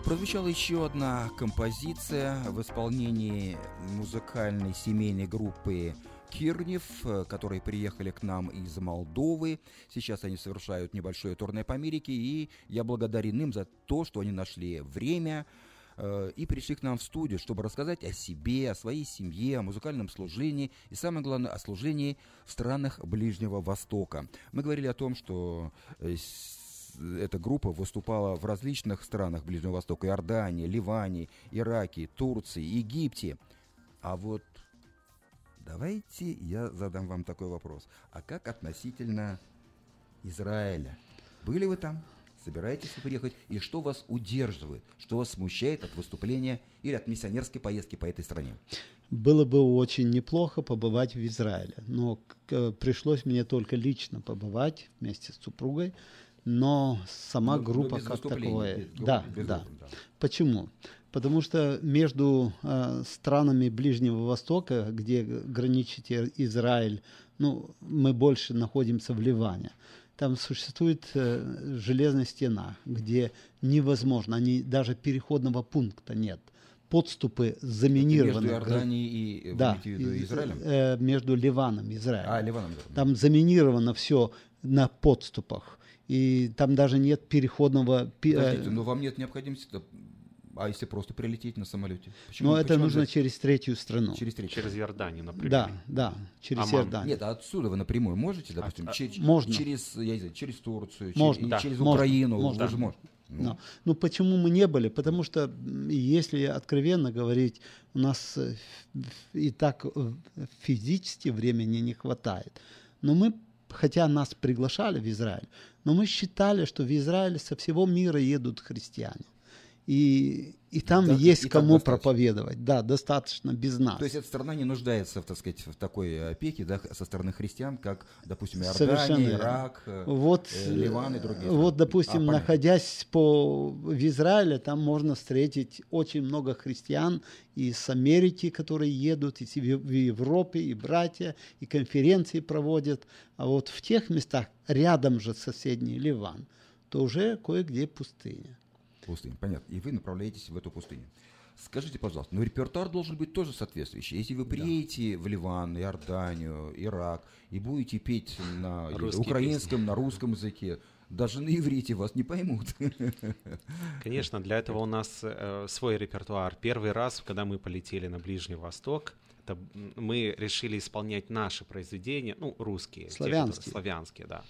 [SPEAKER 3] Прозвучала еще одна композиция в исполнении музыкальной семейной группы Кирнев, которые приехали к нам из Молдовы. Сейчас они совершают небольшое турне по Америке, и я благодарен им за то, что они нашли время э, и пришли к нам в студию, чтобы рассказать о себе, о своей семье, о музыкальном служении и, самое главное, о служении в странах Ближнего Востока. Мы говорили о том, что э, эта группа выступала в различных странах Ближнего Востока: Иордании, Ливане, Ираке, Турции, Египте. А вот давайте я задам вам такой вопрос. А как относительно Израиля? Были вы там? Собираетесь ли приехать? И что вас удерживает? Что вас смущает от выступления или от миссионерской поездки по этой стране?
[SPEAKER 4] Было бы очень неплохо побывать в Израиле. Но к- пришлось мне только лично побывать вместе с супругой. Но сама
[SPEAKER 3] Ну,
[SPEAKER 4] группа
[SPEAKER 3] без
[SPEAKER 4] как
[SPEAKER 3] выступлений,
[SPEAKER 4] таковая.
[SPEAKER 3] без-
[SPEAKER 4] Да,
[SPEAKER 3] без
[SPEAKER 4] да.
[SPEAKER 3] группы, да.
[SPEAKER 4] Почему? Потому что между э, странами Ближнего Востока, где граничит И- Израиль, ну, мы больше находимся в Ливане. Там существует э, железная стена, где невозможно, они, даже переходного пункта нет. Подступы заминированы.
[SPEAKER 3] Между Иорданией и, вы
[SPEAKER 4] Да,
[SPEAKER 3] имеете в виду,
[SPEAKER 4] из-
[SPEAKER 3] Израилем?
[SPEAKER 4] э, между Ливаном и Израилем.
[SPEAKER 3] А, Ливаном. да.
[SPEAKER 4] Там заминировано все на подступах. И там даже нет переходного... пи- э,
[SPEAKER 3] Подождите, но вам нет необходимости, да, а если просто прилететь на самолете? Почему,
[SPEAKER 4] но это
[SPEAKER 3] почему
[SPEAKER 4] нужно
[SPEAKER 3] же
[SPEAKER 4] через третью страну.
[SPEAKER 3] через третью?
[SPEAKER 2] Через Иорданию, например.
[SPEAKER 4] Да, да, через
[SPEAKER 2] Оман.
[SPEAKER 4] Иорданию.
[SPEAKER 3] Нет, а отсюда вы напрямую можете, допустим,
[SPEAKER 2] а,
[SPEAKER 3] че-
[SPEAKER 4] можно.
[SPEAKER 3] через, я не знаю, через Турцию,
[SPEAKER 4] Можно,
[SPEAKER 3] через,
[SPEAKER 2] да.
[SPEAKER 3] через
[SPEAKER 4] Можно,
[SPEAKER 3] Украину,
[SPEAKER 4] можно.
[SPEAKER 3] вы же можете. Ну,
[SPEAKER 4] Но, ну почему мы не были? Потому что, м, если откровенно говорить, у нас э, ф- и так э, физически времени не хватает. Но мы, хотя нас приглашали в Израиль, но мы считали, что в Израиле со всего мира едут христиане. И, и там
[SPEAKER 3] Да,
[SPEAKER 4] есть
[SPEAKER 3] и так
[SPEAKER 4] кому
[SPEAKER 3] достаточно.
[SPEAKER 4] проповедовать. Да, достаточно без нас.
[SPEAKER 3] То есть эта страна не нуждается, в, так сказать, в такой опеке, да, со стороны христиан, как, допустим,
[SPEAKER 4] Совершенно
[SPEAKER 3] Иордания,
[SPEAKER 4] верно.
[SPEAKER 3] Ирак, э,
[SPEAKER 4] Вот,
[SPEAKER 3] э, Ливан и другие
[SPEAKER 4] вот,
[SPEAKER 3] страны.
[SPEAKER 4] допустим,
[SPEAKER 3] А, понятно.
[SPEAKER 4] находясь по, в Израиле, там можно встретить очень много христиан из Америки, которые едут, и в Европе, и братья, и конференции проводят. А вот в тех местах, рядом же соседний Ливан, то уже кое-где пустыня.
[SPEAKER 3] Пустыня, понятно. И вы направляетесь в эту пустыню. Скажите, пожалуйста, но репертуар должен быть тоже соответствующий. Если вы приедете в Ливан, Иорданию, Ирак и будете петь на
[SPEAKER 2] Русские
[SPEAKER 3] украинском, на русском языке, даже на иврите вас не поймут.
[SPEAKER 2] Конечно, для этого у нас э, свой репертуар. Первый раз, когда мы полетели на Ближний Восток, это, м, мы решили исполнять наши произведения, ну, русские. те,
[SPEAKER 4] Славянские.
[SPEAKER 2] которые- Славянские, да.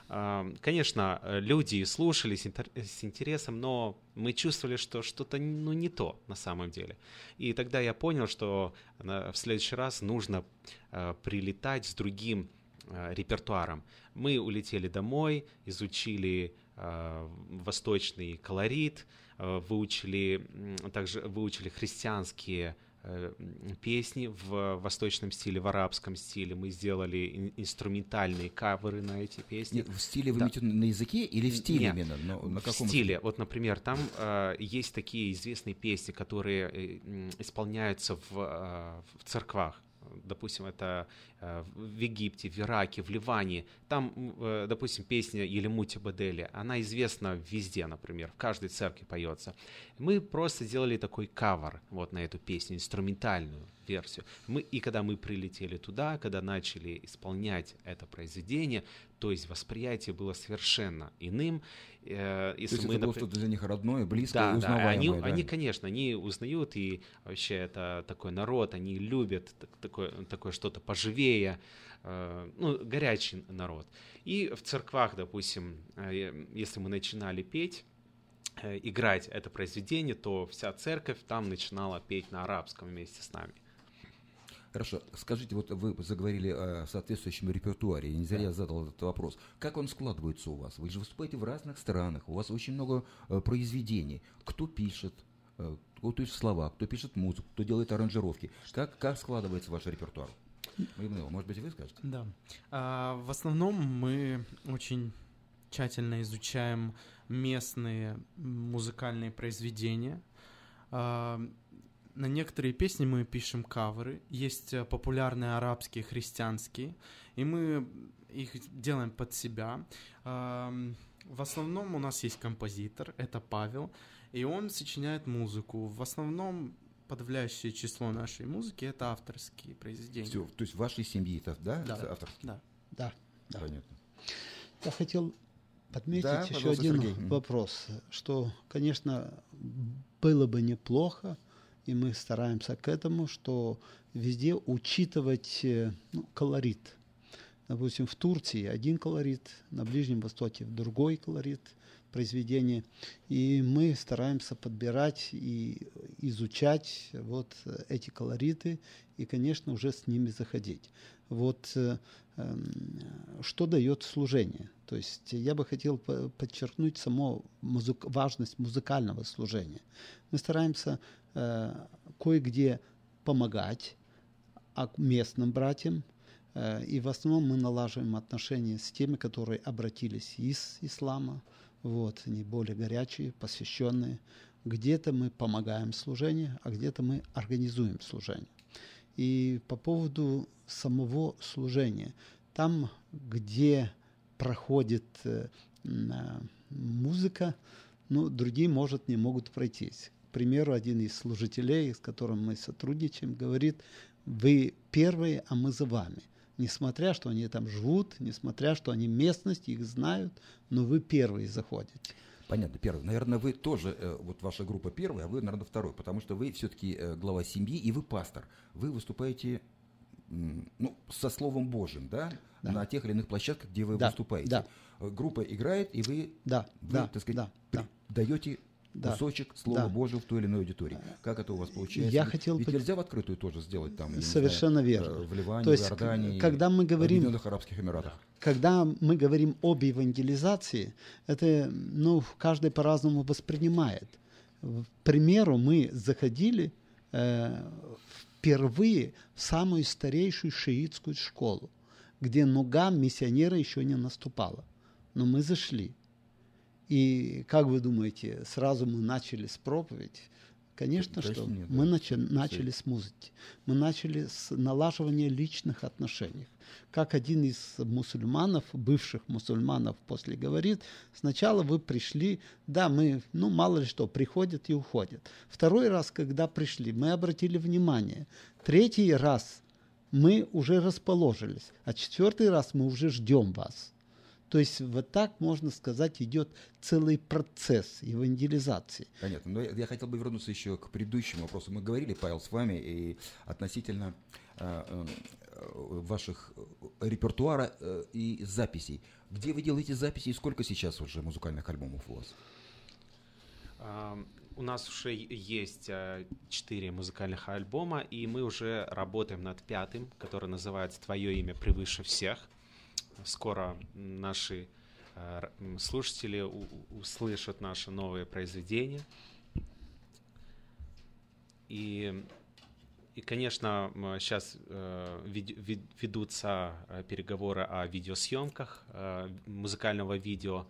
[SPEAKER 2] А, Конечно, э, люди слушали с интер- с интересом, но мы чувствовали, что что-то ну, не то на самом деле. И тогда я понял, что на- в следующий раз нужно э, прилетать с другим э, репертуаром. Мы улетели домой, изучили э, восточный колорит, э, выучили, м, также выучили христианские э, м, песни в восточном стиле, в арабском стиле. Мы сделали ин- инструментальные каверы на эти песни.
[SPEAKER 3] Нет, в стиле вы
[SPEAKER 2] Да.
[SPEAKER 3] имеете на языке или в стиле
[SPEAKER 2] Нет,
[SPEAKER 3] именно? Но на
[SPEAKER 2] в
[SPEAKER 3] каком
[SPEAKER 2] стиле. Вот, например, там э, есть такие известные песни, которые э, м, исполняются в, э, в церквах. Допустим, это э, в Египте, в Ираке, в Ливане. Там, м, э, допустим, песня Елемути Бадели, она известна везде, например, в каждой церкви поется. Мы просто сделали такой кавер вот на эту песню, инструментальную версию. Мы, и когда мы прилетели туда, когда начали исполнять это произведение, то есть восприятие было совершенно иным. Э,
[SPEAKER 3] То
[SPEAKER 2] если
[SPEAKER 3] есть
[SPEAKER 2] мы,
[SPEAKER 3] это было
[SPEAKER 2] напри-
[SPEAKER 3] что-то для них родное, близкое,
[SPEAKER 2] да, да,
[SPEAKER 3] узнаваемое.
[SPEAKER 2] они,
[SPEAKER 3] да?
[SPEAKER 2] они, конечно, они узнают, и вообще это такой народ, они любят так- такое, такое что-то поживее, э, ну, горячий народ. И в церквах, допустим, э, если мы начинали петь, э, играть это произведение, то вся церковь там начинала петь на арабском вместе с нами.
[SPEAKER 3] Хорошо, скажите, вот вы заговорили о соответствующем репертуаре, и не зря я задал этот вопрос. Как он складывается у вас? Вы же выступаете в разных странах, у вас очень много э, произведений. Кто пишет, э, кто пишет слова, кто пишет музыку, кто делает аранжировки. Как, как складывается ваш репертуар? Может быть, вы скажете?
[SPEAKER 5] Да. А, в основном мы очень тщательно изучаем местные музыкальные произведения. А, на некоторые песни мы пишем каверы. Есть э, популярные арабские, христианские, и мы их делаем под себя. А, В основном у нас есть композитор, это Павел, и он сочиняет музыку. В основном подавляющее число нашей музыки — это авторские произведения.
[SPEAKER 3] Все, то есть в вашей семье это, да,
[SPEAKER 5] Да.
[SPEAKER 3] авторские?
[SPEAKER 5] Да.
[SPEAKER 4] Да, да.
[SPEAKER 3] Понятно.
[SPEAKER 4] Я хотел подметить
[SPEAKER 3] Да,
[SPEAKER 4] еще
[SPEAKER 3] пожалуйста,
[SPEAKER 4] один
[SPEAKER 3] Сергей. Мгм.
[SPEAKER 4] вопрос, что, конечно, было бы неплохо, и мы стараемся к этому, что везде учитывать э, ну, колорит. Допустим, в Турции один колорит, на Ближнем Востоке другой колорит произведения. И мы стараемся подбирать и изучать вот эти колориты и, конечно, уже с ними заходить. Вот э, э, что дает служение. То есть я бы хотел по- подчеркнуть саму музык- важность музыкального служения. Мы стараемся э, кое-где помогать а местным братьям, э, и в основном мы налаживаем отношения с теми, которые обратились из ислама, вот, они более горячие, посвященные. Где-то мы помогаем служению, а где-то мы организуем служение. И по поводу самого служения, там, где проходит э, э, музыка, ну, другие, может, не могут пройтись. К примеру, один из служителей, с которым мы сотрудничаем, говорит: вы первые, а мы за вами. Несмотря, что они там живут, несмотря, что они местность, их знают, но вы первые заходите.
[SPEAKER 3] Понятно, первый. Наверное, вы тоже, э, вот ваша группа первая, а вы, наверное, второй, потому что вы все-таки э, глава семьи и вы пастор. Вы выступаете м, ну, со Словом Божьим, да?
[SPEAKER 4] Да.
[SPEAKER 3] На тех или иных площадках, где вы
[SPEAKER 4] Да,
[SPEAKER 3] выступаете.
[SPEAKER 4] да.
[SPEAKER 3] Э, Группа играет, и вы,
[SPEAKER 4] Да,
[SPEAKER 3] вы
[SPEAKER 4] да,
[SPEAKER 3] так сказать,
[SPEAKER 4] да,
[SPEAKER 3] при-
[SPEAKER 4] да.
[SPEAKER 3] даете
[SPEAKER 4] Да.
[SPEAKER 3] кусочек Слова
[SPEAKER 4] Да.
[SPEAKER 3] Божьего в той или иной аудитории. Как это у вас получается?
[SPEAKER 4] Я
[SPEAKER 3] Ведь-
[SPEAKER 4] хотел
[SPEAKER 3] Ведь
[SPEAKER 4] бы-
[SPEAKER 3] нельзя в открытую тоже сделать там, я не
[SPEAKER 4] Совершенно
[SPEAKER 3] знаю,
[SPEAKER 4] верно.
[SPEAKER 3] э, в Ливане,
[SPEAKER 4] То есть,
[SPEAKER 3] в Иордании,
[SPEAKER 4] когда мы
[SPEAKER 3] в
[SPEAKER 4] говорим-
[SPEAKER 3] Объединенных Арабских Эмиратах.
[SPEAKER 4] Когда мы говорим об евангелизации, это, ну, каждый по-разному воспринимает. К примеру, мы заходили э, впервые в самую старейшую шиитскую школу, где нога миссионера еще не наступала. Но мы зашли. И, как вы думаете, сразу мы начали с проповеди? Конечно,
[SPEAKER 3] Конечно,
[SPEAKER 4] что
[SPEAKER 3] нет,
[SPEAKER 4] мы
[SPEAKER 3] да.
[SPEAKER 4] начали, начали с музыки. Мы начали с налаживания личных отношений. Как один из мусульманов, бывших мусульманов после говорит, сначала вы пришли, да, мы, ну, мало ли что, приходят и уходят. Второй раз, когда пришли, мы обратили внимание. Третий раз мы уже расположились, а четвертый раз мы уже ждем вас. То есть вот так, можно сказать, идет целый процесс евангелизации.
[SPEAKER 3] Понятно. Но я, я хотел бы вернуться еще к предыдущему вопросу. Мы говорили, Павел, с вами и относительно э, э, ваших репертуара э, и записей. Где вы делаете записи и сколько сейчас уже музыкальных альбомов у вас?
[SPEAKER 2] А, У нас уже есть а, четыре музыкальных альбома, и мы уже работаем над пятым, который называется «Твое имя превыше всех». Скоро наши э, слушатели у- у- услышат наше новое произведение. И, и конечно, м, сейчас э, вед- вед- ведутся э, переговоры о видеосъемках э, музыкального видео.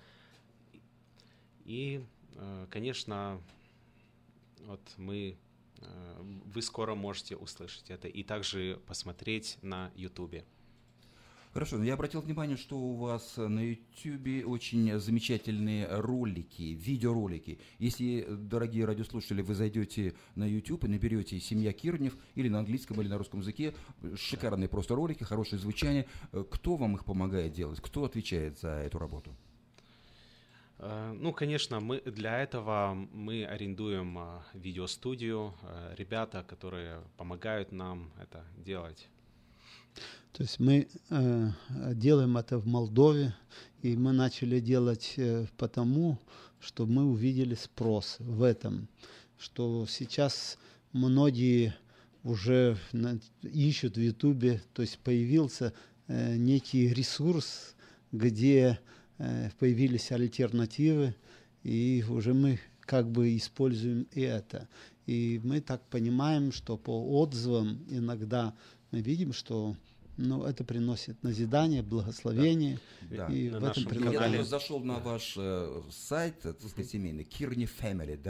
[SPEAKER 2] И, э, конечно, вот мы, э, вы скоро можете услышать это и также посмотреть на YouTube.
[SPEAKER 3] Хорошо, но я обратил внимание, что у вас на YouTube очень замечательные ролики, видеоролики. Если, дорогие радиослушатели, вы зайдете на YouTube и наберете «Семья Кирнев» или на английском, или на русском языке, шикарные просто ролики, хорошее звучание. Кто вам их помогает делать? Кто отвечает за эту работу?
[SPEAKER 2] Э, Ну, конечно, мы для этого мы арендуем а, видеостудию, а, ребята, которые помогают нам это делать.
[SPEAKER 4] То есть мы э, делаем это в Молдове, и мы начали делать э, потому, что мы увидели спрос в этом, что сейчас многие уже на- ищут в Ютубе, то есть появился э, некий ресурс, где э, появились альтернативы, и уже мы как бы используем и это. И мы так понимаем, что по отзывам иногда мы видим, что но это приносит назидание, благословение.
[SPEAKER 3] Да.
[SPEAKER 4] И
[SPEAKER 2] На
[SPEAKER 4] в этом
[SPEAKER 2] нашем
[SPEAKER 3] Я
[SPEAKER 2] канале.
[SPEAKER 3] даже зашел на ваш э, сайт, так сказать, семейный, kearneyfamily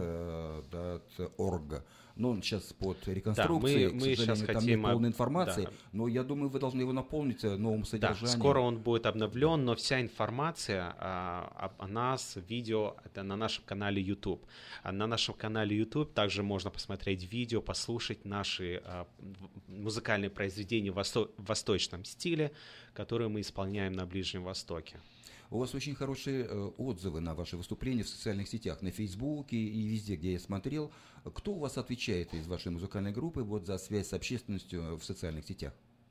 [SPEAKER 3] точка org. Но он сейчас под реконструкцией,
[SPEAKER 2] Да, мы-
[SPEAKER 3] к
[SPEAKER 2] мы
[SPEAKER 3] сожалению,
[SPEAKER 2] сейчас
[SPEAKER 3] там
[SPEAKER 2] хотим
[SPEAKER 3] нет полной
[SPEAKER 2] об-
[SPEAKER 3] информации,
[SPEAKER 2] да.
[SPEAKER 3] но я думаю, вы должны его наполнить э, новым
[SPEAKER 2] Да,
[SPEAKER 3] содержанием.
[SPEAKER 2] скоро он будет обновлен, но вся информация а, об- о нас, видео, это на нашем канале YouTube. А на нашем канале YouTube также можно посмотреть видео, послушать наши а, в- музыкальные произведения в восто- в восточном стиле, которые мы исполняем на Ближнем Востоке.
[SPEAKER 3] У вас очень хорошие э, отзывы на ваши выступления в социальных сетях, на Фейсбуке и везде, где я смотрел. Кто у вас отвечает из вашей музыкальной группы вот за связь с общественностью в социальных сетях?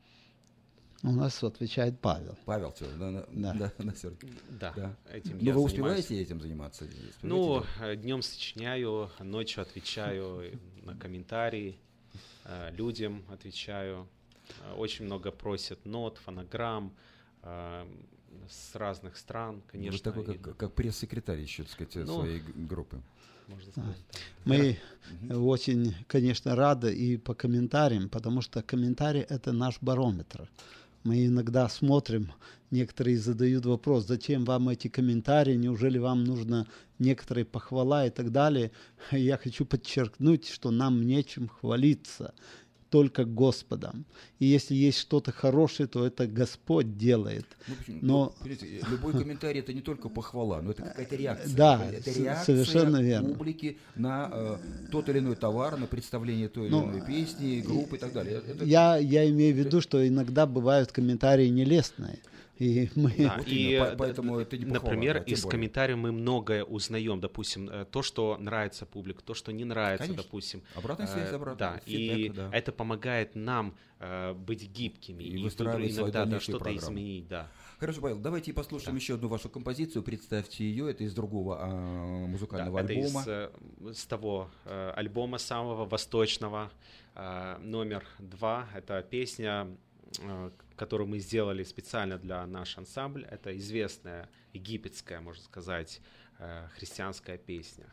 [SPEAKER 4] У нас отвечает Павел.
[SPEAKER 3] Павел, все, да, да,
[SPEAKER 4] Да.
[SPEAKER 3] да, да, всё.
[SPEAKER 2] Да,
[SPEAKER 3] Да.
[SPEAKER 2] этим
[SPEAKER 3] Но
[SPEAKER 2] я
[SPEAKER 3] вы
[SPEAKER 2] занимаюсь.
[SPEAKER 3] успеваете этим заниматься? Успеваете
[SPEAKER 2] Ну,
[SPEAKER 3] делать?
[SPEAKER 2] днем сочиняю, ночью отвечаю на комментарии, э, людям отвечаю. Э, Очень много просят нот, фонограмм э, с разных стран, конечно.
[SPEAKER 3] Вы такой,
[SPEAKER 2] и,
[SPEAKER 3] как, как пресс-секретарь еще, так сказать,
[SPEAKER 2] Ну,
[SPEAKER 3] своей г- группы.
[SPEAKER 2] можно сказать, так.
[SPEAKER 4] Мы очень, конечно, рады и по комментариям, потому что комментарии — это наш барометр. Мы иногда смотрим, некоторые задают вопрос, зачем вам эти комментарии, неужели вам нужно некоторые похвала и так далее. Я хочу подчеркнуть, что нам нечем хвалиться, только Господом. И если есть что-то хорошее, то это Господь делает.
[SPEAKER 3] Ну, почему?
[SPEAKER 4] Но-
[SPEAKER 3] Ну, понимаете, любой комментарий это не только похвала, но это какая-то реакция.
[SPEAKER 4] Да,
[SPEAKER 3] это
[SPEAKER 4] с-
[SPEAKER 3] реакция
[SPEAKER 4] совершенно верно.
[SPEAKER 3] публики на э, тот или иной товар, на представление той или
[SPEAKER 4] Ну,
[SPEAKER 3] иной песни, группы и так далее. Это-
[SPEAKER 4] Я, я имею в виду, что иногда бывают комментарии нелестные. И мы...
[SPEAKER 2] Да,
[SPEAKER 3] Вот
[SPEAKER 2] и,
[SPEAKER 3] именно, по-
[SPEAKER 2] э,
[SPEAKER 3] поэтому это не похвала,
[SPEAKER 2] например,
[SPEAKER 3] да, тем
[SPEAKER 2] из
[SPEAKER 3] более.
[SPEAKER 2] комментариев мы многое узнаем, допустим, э, то, что нравится публике, то, что не нравится,
[SPEAKER 3] Конечно.
[SPEAKER 2] допустим.
[SPEAKER 3] Обратная связь,
[SPEAKER 2] Э,
[SPEAKER 3] обратная,
[SPEAKER 2] Да, и
[SPEAKER 3] фидбэк, да.
[SPEAKER 2] это помогает нам э, быть гибкими
[SPEAKER 3] И
[SPEAKER 2] и,
[SPEAKER 3] выстраивать
[SPEAKER 2] выбрать
[SPEAKER 3] свою
[SPEAKER 2] иногда да,
[SPEAKER 3] дальнейшую
[SPEAKER 2] что-то
[SPEAKER 3] программу.
[SPEAKER 2] изменить, да.
[SPEAKER 3] Хорошо, Павел, давайте послушаем
[SPEAKER 2] Да.
[SPEAKER 3] еще одну вашу композицию. Представьте ее. Это из другого а,
[SPEAKER 2] Да,
[SPEAKER 3] музыкального
[SPEAKER 2] это
[SPEAKER 3] альбома.
[SPEAKER 2] из э, с того э, альбома самого восточного, э, номер два. Это песня, э, которую мы сделали специально для нашего ансамбля. Это известная египетская, можно сказать, э, христианская песня.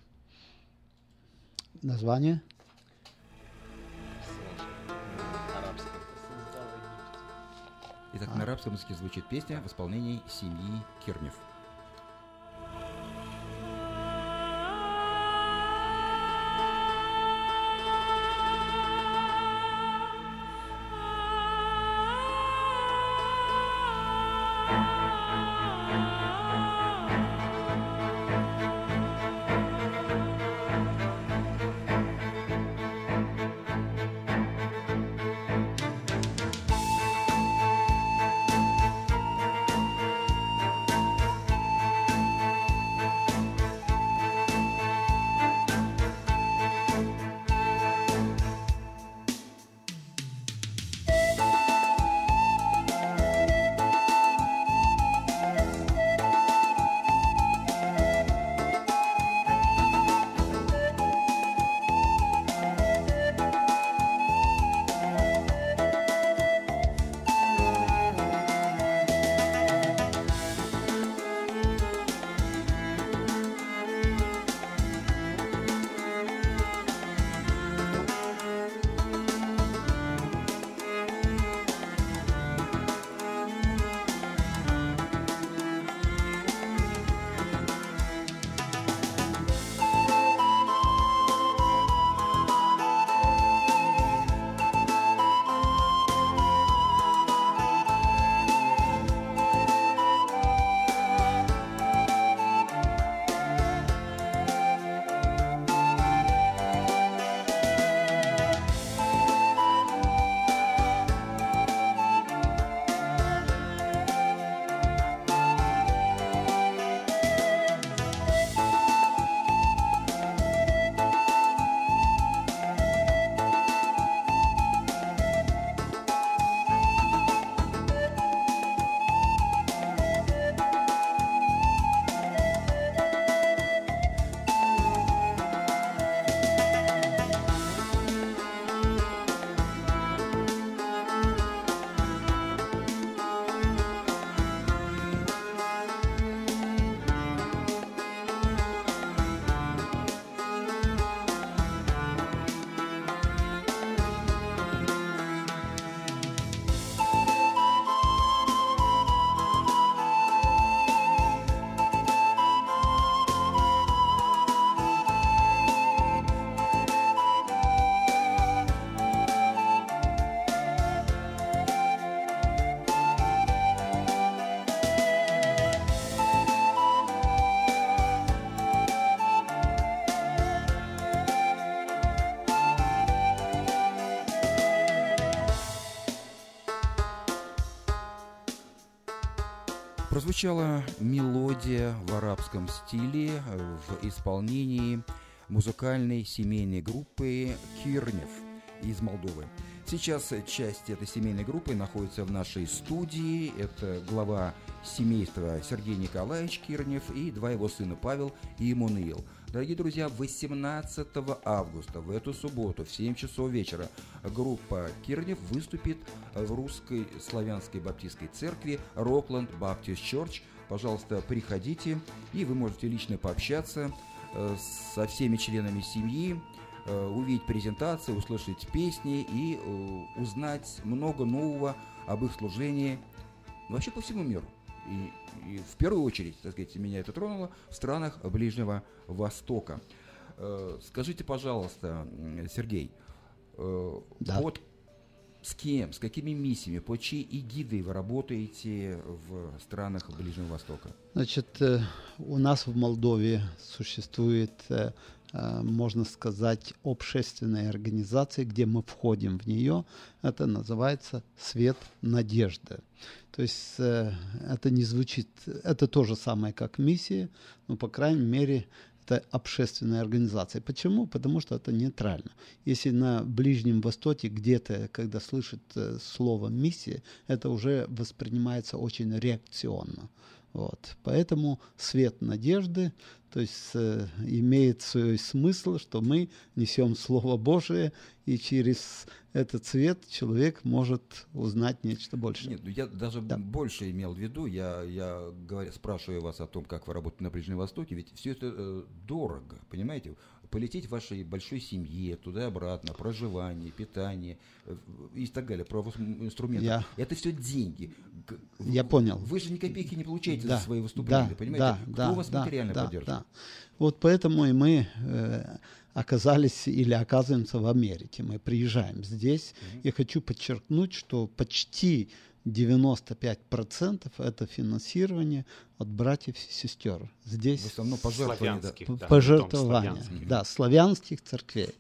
[SPEAKER 4] Название?
[SPEAKER 3] Итак, на арабском языке звучит песня в исполнении семьи Кирнев.
[SPEAKER 6] Thank
[SPEAKER 3] Прозвучала мелодия в арабском стиле в исполнении музыкальной семейной группы «Кирнев» из Молдовы. Сейчас часть этой семейной группы находится в нашей студии. Это глава семейства Сергей Николаевич Кирнев и два его сына Павел и Эммануил. Дорогие друзья, восемнадцатого августа, в эту субботу, в семь часов вечера, группа Кирнев выступит в Русской Славянской Баптистской Церкви Rockland Baptist Church. Пожалуйста, приходите, и вы можете лично пообщаться со всеми членами семьи, увидеть презентации, услышать песни и узнать много нового об их служении вообще по всему миру. И, и в первую очередь, так сказать, меня это тронуло в странах Ближнего Востока. Э, скажите, пожалуйста, Сергей, э,
[SPEAKER 4] да.
[SPEAKER 3] вот с кем, с какими миссиями, под чьей эгидой вы работаете в странах Ближнего Востока?
[SPEAKER 4] Значит, э, у нас в Молдове существует, э, э, можно сказать, общественная организация, где мы входим в нее. Это называется «Свет надежды». То есть э, это не звучит, это то же самое, как миссия, но, по крайней мере, это общественная организация. Почему? Потому что это нейтрально. Если на Ближнем Востоке где-то, когда слышит э, слово «миссия», это уже воспринимается очень реакционно. Вот. Поэтому свет надежды, то есть э, имеет свой смысл, что мы несем Слово Божие, и через этот свет человек может узнать нечто большее.
[SPEAKER 3] Нет, я даже да. больше имел в виду, я, я говорю, спрашиваю вас о том, как вы работаете на Ближнем Востоке, ведь все это э, дорого, понимаете? Полететь в вашей большой семье, туда и обратно, проживание, питание э, и так далее, про инструменты. Я... Это все деньги.
[SPEAKER 4] Я понял.
[SPEAKER 3] Вы же ни копейки не получаете
[SPEAKER 4] да.
[SPEAKER 3] за свои выступления,
[SPEAKER 4] да.
[SPEAKER 3] понимаете?
[SPEAKER 4] Да.
[SPEAKER 3] Кто
[SPEAKER 4] да.
[SPEAKER 3] вас
[SPEAKER 4] да.
[SPEAKER 3] материально
[SPEAKER 4] да.
[SPEAKER 3] поддерживает?
[SPEAKER 4] Да. Вот поэтому и мы э, оказались или оказываемся в Америке. Мы приезжаем здесь. Mm-hmm. Я хочу подчеркнуть, что почти девяносто пять процентов это финансирование от братьев и сестер. Здесь
[SPEAKER 3] в основном пожертвования,
[SPEAKER 2] славянских, да,
[SPEAKER 4] пожертвования,
[SPEAKER 2] славянских.
[SPEAKER 4] Да, славянских церквей.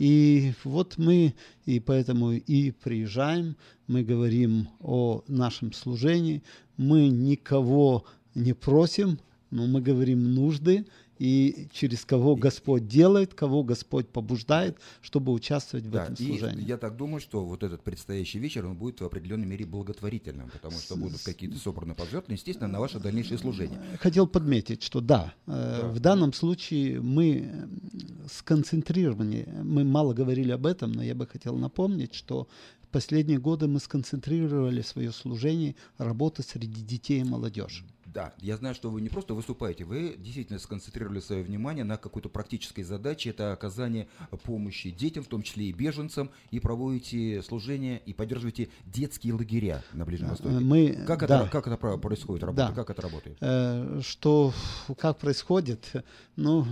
[SPEAKER 4] И вот мы, и поэтому и приезжаем, мы говорим о нашем служении, мы никого не просим, но мы говорим нужды, и через кого Господь делает, кого Господь побуждает, чтобы участвовать в
[SPEAKER 3] да,
[SPEAKER 4] этом
[SPEAKER 3] и
[SPEAKER 4] служении.
[SPEAKER 3] Я так думаю, что вот этот предстоящий вечер, он будет в определенной мере благотворительным, потому что будут какие-то собраны пожертвования, естественно, на ваше дальнейшее служение.
[SPEAKER 4] Хотел подметить, что да,
[SPEAKER 3] да.
[SPEAKER 4] в данном случае мы сконцентрированы, мы мало говорили об этом, но я бы хотел напомнить, что в последние годы мы сконцентрировали свое служение, работу среди детей и молодежи.
[SPEAKER 3] Да, я знаю, что вы не просто выступаете, вы действительно сконцентрировали свое внимание на какой-то практической задаче, это оказание помощи детям, в том числе и беженцам, и проводите служение и поддерживаете детские лагеря на Ближнем Востоке.
[SPEAKER 4] Мы,
[SPEAKER 3] как,
[SPEAKER 4] да.
[SPEAKER 3] это, как это происходит, работа?
[SPEAKER 4] Да.
[SPEAKER 3] Как это работает?
[SPEAKER 4] Э, что, как происходит? Ну,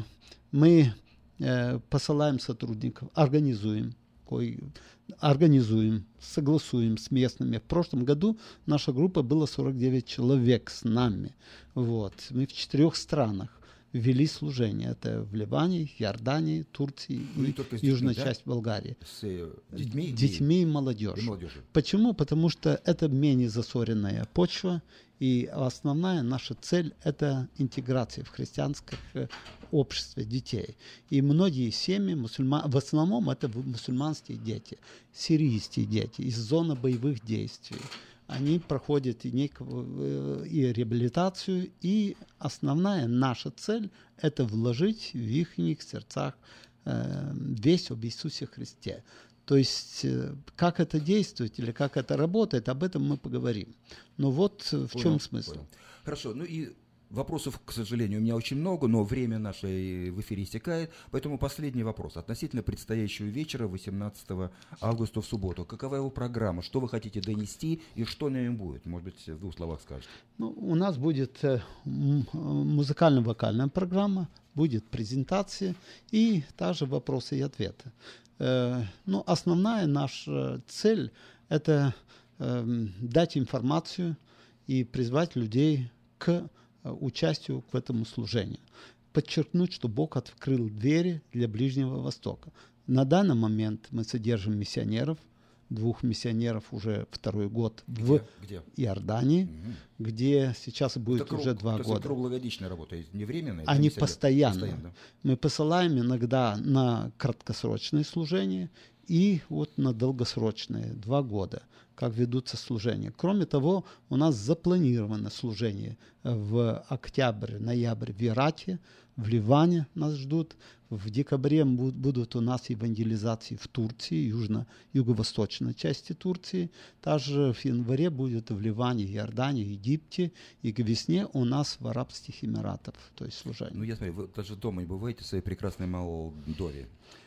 [SPEAKER 4] мы э, посылаем сотрудников, организуем, кой, организуем, согласуем с местными. В прошлом году наша группа была сорок девять человек с нами. Вот. Мы в четырех странах вели служение. Это в Ливане, Иордании, Турции ну, и, и детьми, южная да? часть Болгарии.
[SPEAKER 3] С детьми,
[SPEAKER 4] детьми и,
[SPEAKER 3] и
[SPEAKER 4] молодежью.
[SPEAKER 3] И молодежью.
[SPEAKER 4] Почему? Потому что это менее засоренная почва, и основная наша цель – это интеграция в христианское обществе детей. И многие семьи, мусульман, в основном это мусульманские дети, сирийские дети из зоны боевых действий. Они проходят и, некую, и реабилитацию, и основная наша цель – это вложить в их сердцах э, весть об Иисусе Христе. То есть, э, как это действует или как это работает, об этом мы поговорим. Но вот в понял, чем смысл.
[SPEAKER 3] Понял. Хорошо, ну и вопросов, к сожалению, у меня очень много, но время наше в эфире истекает, поэтому последний вопрос. Относительно предстоящего вечера восемнадцатого августа в субботу. Какова его программа? Что вы хотите донести и что на нем будет? Может быть, в двух словах скажете.
[SPEAKER 4] Ну, у нас будет э, музыкально-вокальная программа, будет презентация и также вопросы и ответы. Э, ну, основная наша цель – это э, дать информацию и призвать людей к участию к этому служению. Подчеркнуть, что Бог открыл двери для Ближнего Востока. На данный момент мы содержим миссионеров, двух миссионеров уже второй год
[SPEAKER 3] Где?
[SPEAKER 4] в
[SPEAKER 3] Где?
[SPEAKER 4] Иордании,
[SPEAKER 3] Мгм.
[SPEAKER 4] где сейчас будет
[SPEAKER 3] Это
[SPEAKER 4] уже
[SPEAKER 3] круг-
[SPEAKER 4] два
[SPEAKER 3] то есть
[SPEAKER 4] года.
[SPEAKER 3] круглогодичная работа, не временная?
[SPEAKER 4] Они
[SPEAKER 3] это не
[SPEAKER 4] постоянно.
[SPEAKER 3] постоянно.
[SPEAKER 4] Мы посылаем иногда на краткосрочные служения и вот на долгосрочные, два года, как ведутся служения. Кроме того, у нас запланировано служение в октябре, ноябре в Ирате, в Ливане нас ждут. В декабре бу- будут у нас евангелизации в Турции, южно, юго-восточной части Турции. Также в январе будет в Ливане, Иордании, Египте. И к весне у нас в Арабских Эмиратах, то есть служение.
[SPEAKER 3] Ну, я смотрю, вы даже дома не бываете в своей прекрасной Молдове.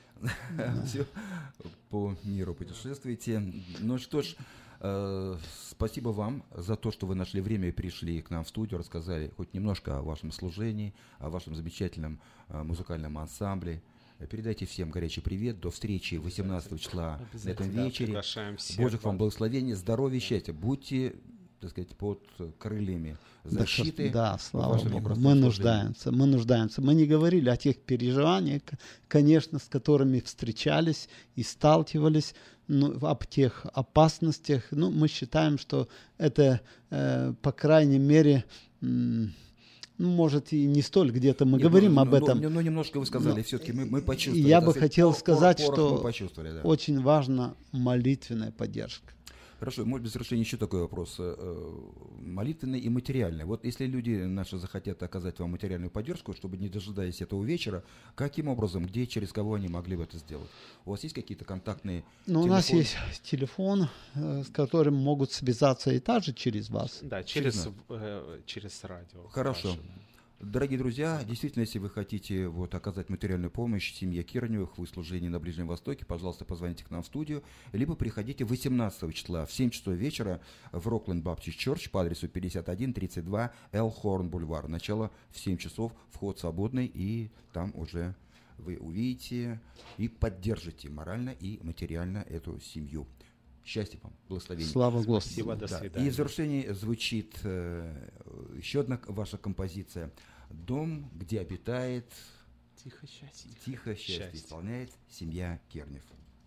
[SPEAKER 3] Все по миру путешествуете. Ну что ж, э, спасибо вам за то, что вы нашли время и пришли к нам в студию, рассказали хоть немножко о вашем служении, о вашем замечательном э, музыкальном ансамбле. Передайте всем горячий привет. До встречи восемнадцатого числа на этом
[SPEAKER 2] Да,
[SPEAKER 3] вечере.
[SPEAKER 2] приглашаем всех
[SPEAKER 3] Божьих вам
[SPEAKER 2] вам.
[SPEAKER 3] благословений, здоровья, счастья. Будьте, так сказать, под крыльями защиты.
[SPEAKER 4] Да, слава
[SPEAKER 3] вашим
[SPEAKER 4] Богу.
[SPEAKER 3] прекрасным
[SPEAKER 4] Мы
[SPEAKER 3] служением.
[SPEAKER 4] нуждаемся, мы нуждаемся. Мы не говорили о тех переживаниях, к- конечно, с которыми встречались и сталкивались, ну, об тех опасностях. Ну, мы считаем, что это, э, по крайней мере, м, ну, может, и не столь где-то мы
[SPEAKER 3] Нет,
[SPEAKER 4] говорим
[SPEAKER 3] ну,
[SPEAKER 4] об
[SPEAKER 3] ну,
[SPEAKER 4] этом.
[SPEAKER 3] Ну, ну, немножко вы сказали,
[SPEAKER 4] Но
[SPEAKER 3] все-таки мы, мы почувствовали.
[SPEAKER 4] я
[SPEAKER 3] так
[SPEAKER 4] бы
[SPEAKER 3] сказать,
[SPEAKER 4] хотел
[SPEAKER 3] пор-
[SPEAKER 4] сказать,
[SPEAKER 3] порох
[SPEAKER 4] что
[SPEAKER 3] мы почувствовали, да.
[SPEAKER 4] очень важна молитвенная поддержка.
[SPEAKER 3] Хорошо, может быть, в завершение еще такой вопрос. э, Молитвенный и материальный. Вот если люди наши захотят оказать вам материальную поддержку, чтобы не дожидаясь этого вечера, каким образом, где, через кого они могли бы это сделать? У вас есть какие-то контактные
[SPEAKER 4] Но у нас
[SPEAKER 3] телефоны?
[SPEAKER 4] есть телефон, э, с которым могут связаться и также через вас.
[SPEAKER 2] Да,
[SPEAKER 3] Через
[SPEAKER 2] через,
[SPEAKER 3] нас.
[SPEAKER 2] э, через радио.
[SPEAKER 3] Хорошо.
[SPEAKER 2] ваше.
[SPEAKER 3] Дорогие друзья, действительно, если вы хотите вот, оказать материальную помощь семье Кирневых в служении на Ближнем Востоке, пожалуйста, позвоните к нам в студию, либо приходите восемнадцатого числа в семь часов вечера в Rockland Baptist Church по адресу пятьдесят один тридцать два Элхорн Бульвар. Начало в семь часов, вход свободный, и там уже вы увидите и поддержите морально и материально эту семью. Счастья вам, благословения.
[SPEAKER 4] Слава Господу.
[SPEAKER 2] Спасибо, до
[SPEAKER 3] Да.
[SPEAKER 2] свидания.
[SPEAKER 3] И в завершении звучит э, еще одна к- ваша композиция «Дом, где обитает
[SPEAKER 2] Тихо, счастье.
[SPEAKER 3] тихо счастье»,
[SPEAKER 2] Счастье.
[SPEAKER 3] исполняет семья Кернев.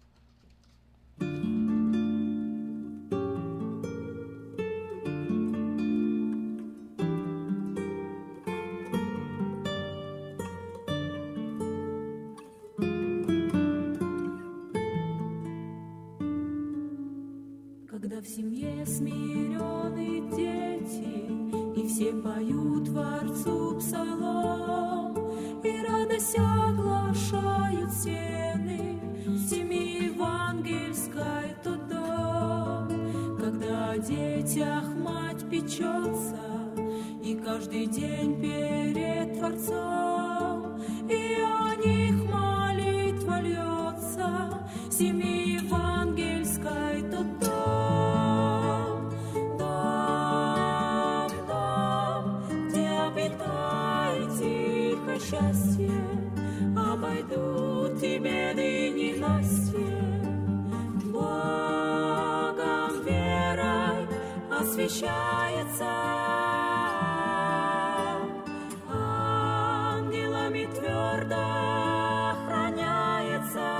[SPEAKER 6] Когда в семье смиренные дети, и все поют Творцу псалом, и радость оглашают стены семьи евангельской тот дом. Когда о детях мать печется, и каждый день перед Творцом, и о них молитва льется семьи евангельской тот дом. Дом, дом, где обитает тихо счастье, обойдут и беды ненастье. Богом верой освящается, ангелами твердо охраняется.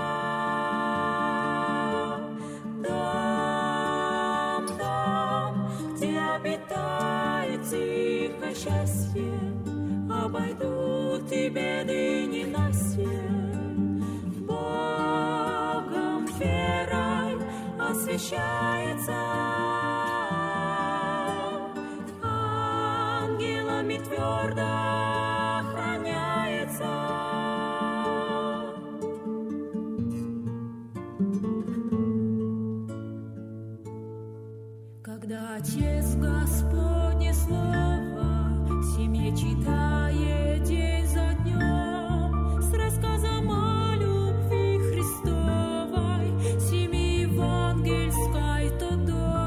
[SPEAKER 6] Дом, дом, где обитает тихо счастье, обойдут и беды ненастье. Богом верой освящается, ангелами твердо охраняется. Когда Отец Господне Слово семье читает день за днем, с рассказом о любви Христовой семьи евангельской тот дом.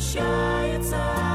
[SPEAKER 6] возвращается.